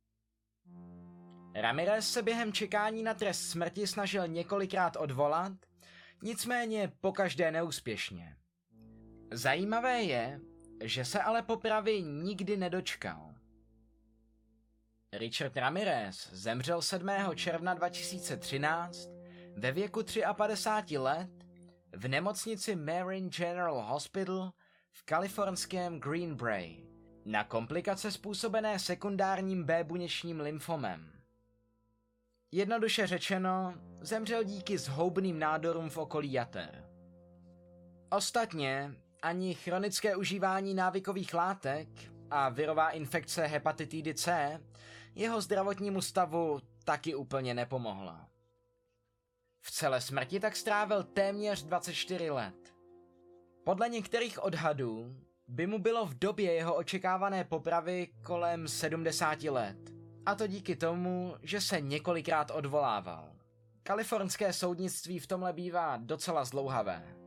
[SPEAKER 1] Ramirez se během čekání na trest smrti snažil několikrát odvolat, nicméně pokaždé neúspěšně. Zajímavé je, že se ale popravy nikdy nedočkal. Richard Ramirez zemřel 7. června 2013 ve věku 53 let v nemocnici Marin General Hospital v kalifornském Green Bay na komplikace způsobené sekundárním B-buněčním lymfomem. Jednoduše řečeno, zemřel díky zhoubným nádorům v okolí jater. Ostatně ani chronické užívání návykových látek a virová infekce hepatitidy C jeho zdravotnímu stavu taky úplně nepomohla. V celé smrti tak strávil téměř 24 let. Podle některých odhadů by mu bylo v době jeho očekávané popravy kolem 70 let. A to díky tomu, že se několikrát odvolával. Kalifornské soudnictví v tomhle bývá docela zdlouhavé.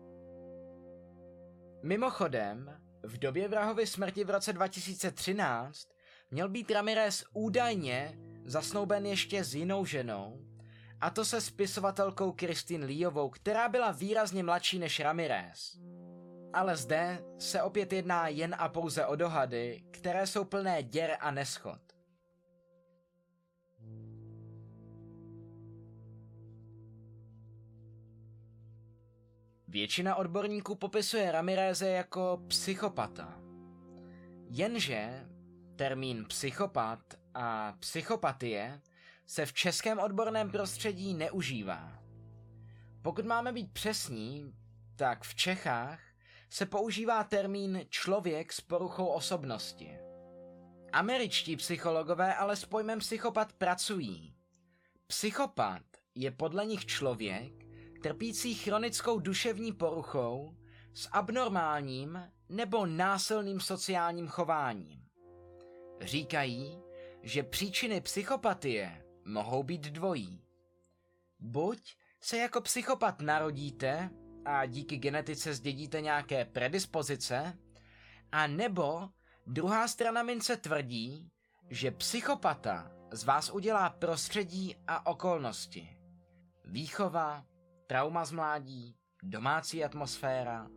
[SPEAKER 1] Mimochodem, v době vrahovy smrti v roce 2013 měl být Ramirez údajně zasnouben ještě s jinou ženou, a to se spisovatelkou Christine Leeovou, která byla výrazně mladší než Ramirez. Ale zde se opět jedná jen a pouze o dohady, které jsou plné děr a neschod. Většina odborníků popisuje Ramireze jako psychopata. Jenže termín psychopat a psychopatie se v českém odborném prostředí neužívá. Pokud máme být přesní, tak v Čechách se používá termín člověk s poruchou osobnosti. Američtí psychologové ale s pojmem psychopat pracují. Psychopat je podle nich člověk, trpící chronickou duševní poruchou s abnormálním nebo násilným sociálním chováním. Říkají, že příčiny psychopatie mohou být dvojí. Buď se jako psychopat narodíte a díky genetice zdědíte nějaké predispozice, a nebo druhá strana mince tvrdí, že psychopata z vás udělá prostředí a okolnosti. Výchova, trauma z mládí, domácí atmosféra.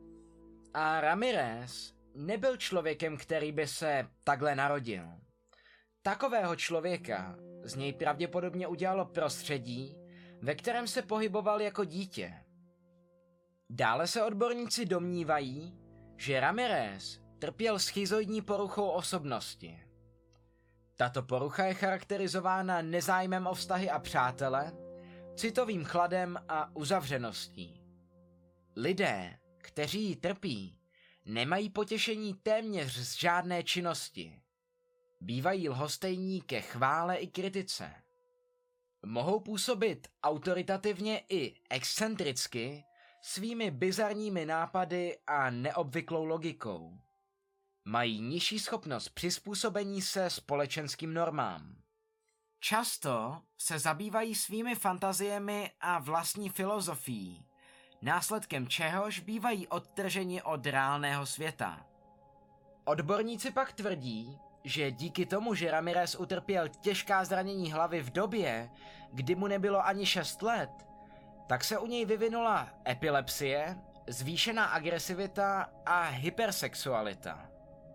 [SPEAKER 1] A Ramirez nebyl člověkem, který by se takhle narodil. Takového člověka z něj pravděpodobně udělalo prostředí, ve kterém se pohyboval jako dítě. Dále se odborníci domnívají, že Ramirez trpěl schizoidní poruchou osobnosti. Tato porucha je charakterizována nezájmem o vztahy a přátele, citovým chladem a uzavřeností. Lidé, kteří ji trpí, nemají potěšení téměř z žádné činnosti. Bývají lhostejní ke chvále i kritice. Mohou působit autoritativně i excentricky svými bizarními nápady a neobvyklou logikou. Mají nižší schopnost přizpůsobení se společenským normám. Často se zabývají svými fantaziemi a vlastní filozofií, následkem čehož bývají odtrženi od reálného světa. Odborníci pak tvrdí, že díky tomu, že Ramirez utrpěl těžká zranění hlavy v době, kdy mu nebylo ani 6 let, tak se u něj vyvinula epilepsie, zvýšená agresivita a hypersexualita.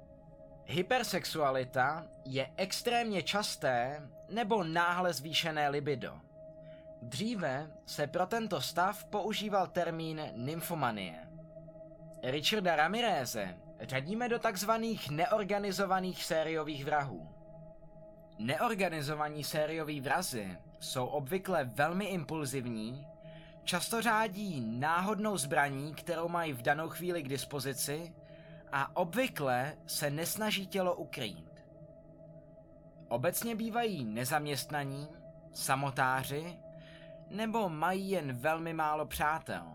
[SPEAKER 1] Hypersexualita je extrémně časté nebo náhle zvýšené libido. Dříve se pro tento stav používal termín nymfomanie. Richarda Ramireze řadíme do takzvaných neorganizovaných sériových vrahů. Neorganizovaní sérioví vrazi jsou obvykle velmi impulzivní, často řádí náhodnou zbraní, kterou mají v danou chvíli k dispozici, a obvykle se nesnaží tělo ukrýt. Obecně bývají nezaměstnaní, samotáři nebo mají jen velmi málo přátel.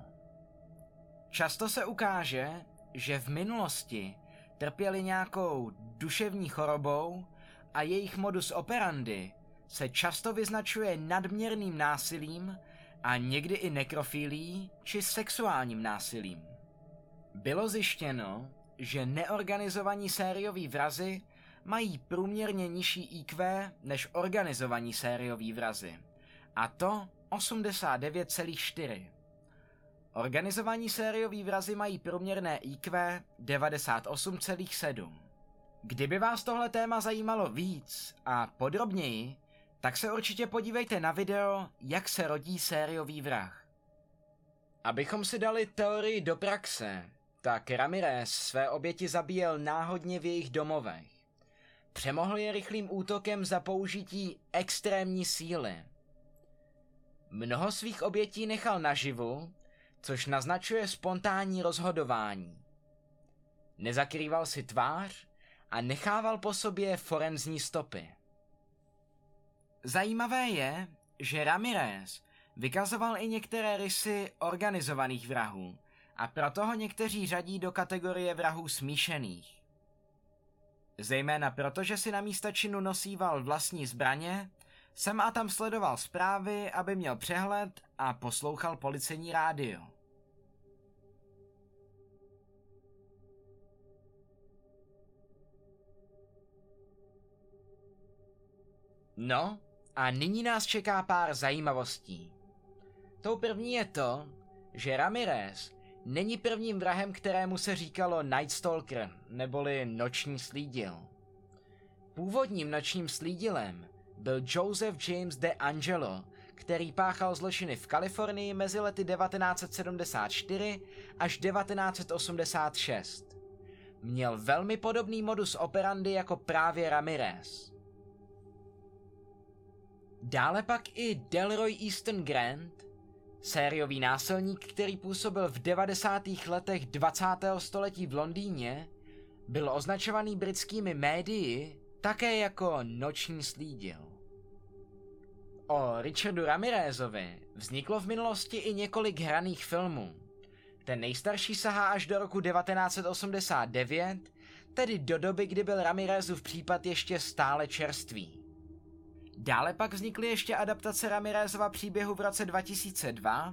[SPEAKER 1] Často se ukáže, že v minulosti trpěli nějakou duševní chorobou a jejich modus operandi se často vyznačuje nadměrným násilím a někdy i nekrofilií či sexuálním násilím. Bylo zjištěno, že neorganizovaní sérioví vrazi mají průměrně nižší IQ než organizovaní sérioví vrazi, a to 89,4. Organizovaní sérioví vrazi mají průměrné IQ 98,7. Kdyby vás tohle téma zajímalo víc a podrobněji, tak se určitě podívejte na video, jak se rodí sériový vrah. Abychom si dali teorii do praxe, tak Ramirez své oběti zabíjel náhodně v jejich domovech. Přemohl je rychlým útokem za použití extrémní síly. Mnoho svých obětí nechal naživu, což naznačuje spontánní rozhodování. Nezakrýval si tvář a nechával po sobě forenzní stopy. Zajímavé je, že Ramirez vykazoval i některé rysy organizovaných vrahů a proto ho někteří řadí do kategorie vrahů smíšených. Zejména proto, že si na místa činu nosíval vlastní zbraně, sem a tam sledoval zprávy, aby měl přehled, a poslouchal policejní rádio. No, a nyní nás čeká pár zajímavostí. Tou první je to, že Ramirez není prvním vrahem, kterému se říkalo Night Stalker, neboli noční slídil. Původním nočním slídilem byl Joseph James DeAngelo, který páchal zločiny v Kalifornii mezi lety 1974 až 1986. Měl velmi podobný modus operandi jako právě Ramirez. Dále pak i Delroy Easton Grant, sériový násilník, který působil v 90. letech 20. století v Londýně, byl označovaný britskými médii také jako noční slídil. O Richardu Ramirezovi vzniklo v minulosti i několik hraných filmů. Ten nejstarší sahá až do roku 1989, tedy do doby, kdy byl Ramirezův případ ještě stále čerstvý. Dále pak vznikly ještě adaptace Ramirezova příběhu v roce 2002,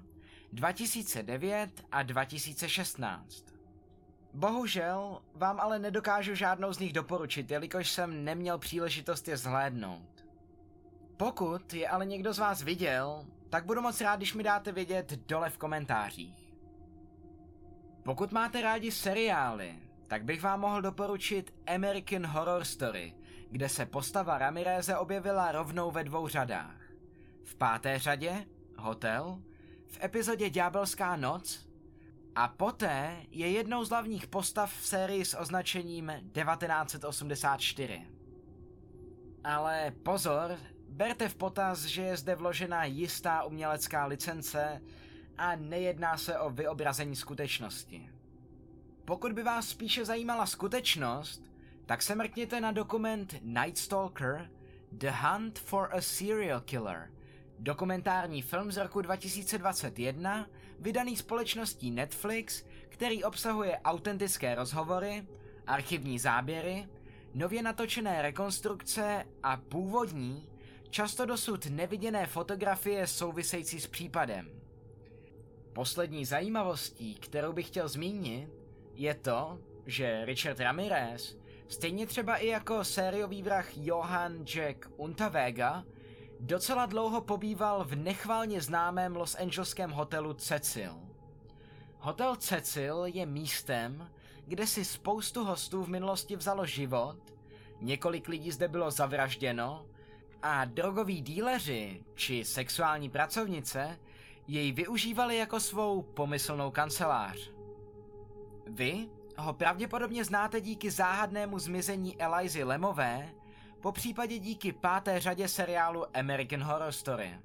[SPEAKER 1] 2009 a 2016. Bohužel vám ale nedokážu žádnou z nich doporučit, jelikož jsem neměl příležitost je zhlédnout. Pokud je ale někdo z vás viděl, tak budu moc rád, když mi dáte vědět dole v komentářích. Pokud máte rádi seriály, tak bych vám mohl doporučit American Horror Story, kde se postava Ramireze objevila rovnou ve 2 řadách. V 5. řadě, Hotel, v epizodě Ďábelská noc a poté je jednou z hlavních postav v sérii s označením 1984. Ale pozor, berte v potaz, že je zde vložena jistá umělecká licence a nejedná se o vyobrazení skutečnosti. Pokud by vás spíše zajímala skutečnost, tak se mrkněte na dokument Night Stalker – The Hunt for a Serial Killer, dokumentární film z roku 2021, vydaný společností Netflix, který obsahuje autentické rozhovory, archivní záběry, nově natočené rekonstrukce a původní, často dosud neviděné fotografie související s případem. Poslední zajímavostí, kterou bych chtěl zmínit, je to, že Richard Ramirez, stejně třeba i jako sériový vrah Johann Jack Unterweger, docela dlouho pobýval v nechvalně známém losangelském hotelu Cecil. Hotel Cecil je místem, kde si spoustu hostů v minulosti vzalo život, několik lidí zde bylo zavražděno a drogoví díleři či sexuální pracovnice jej využívali jako svou pomyslnou kancelář. Vy ho pravděpodobně znáte díky záhadnému zmizení Elizy Lamové, popřípadě díky 5. řadě seriálu American Horror Story.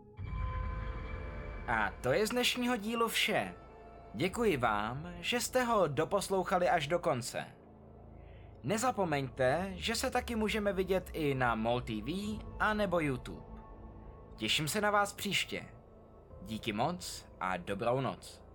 [SPEAKER 1] A to je z dnešního dílu vše. Děkuji vám, že jste ho doposlouchali až do konce. Nezapomeňte, že se taky můžeme vidět i na MOL TV a nebo YouTube. Těším se na vás příště. Díky moc a dobrou noc.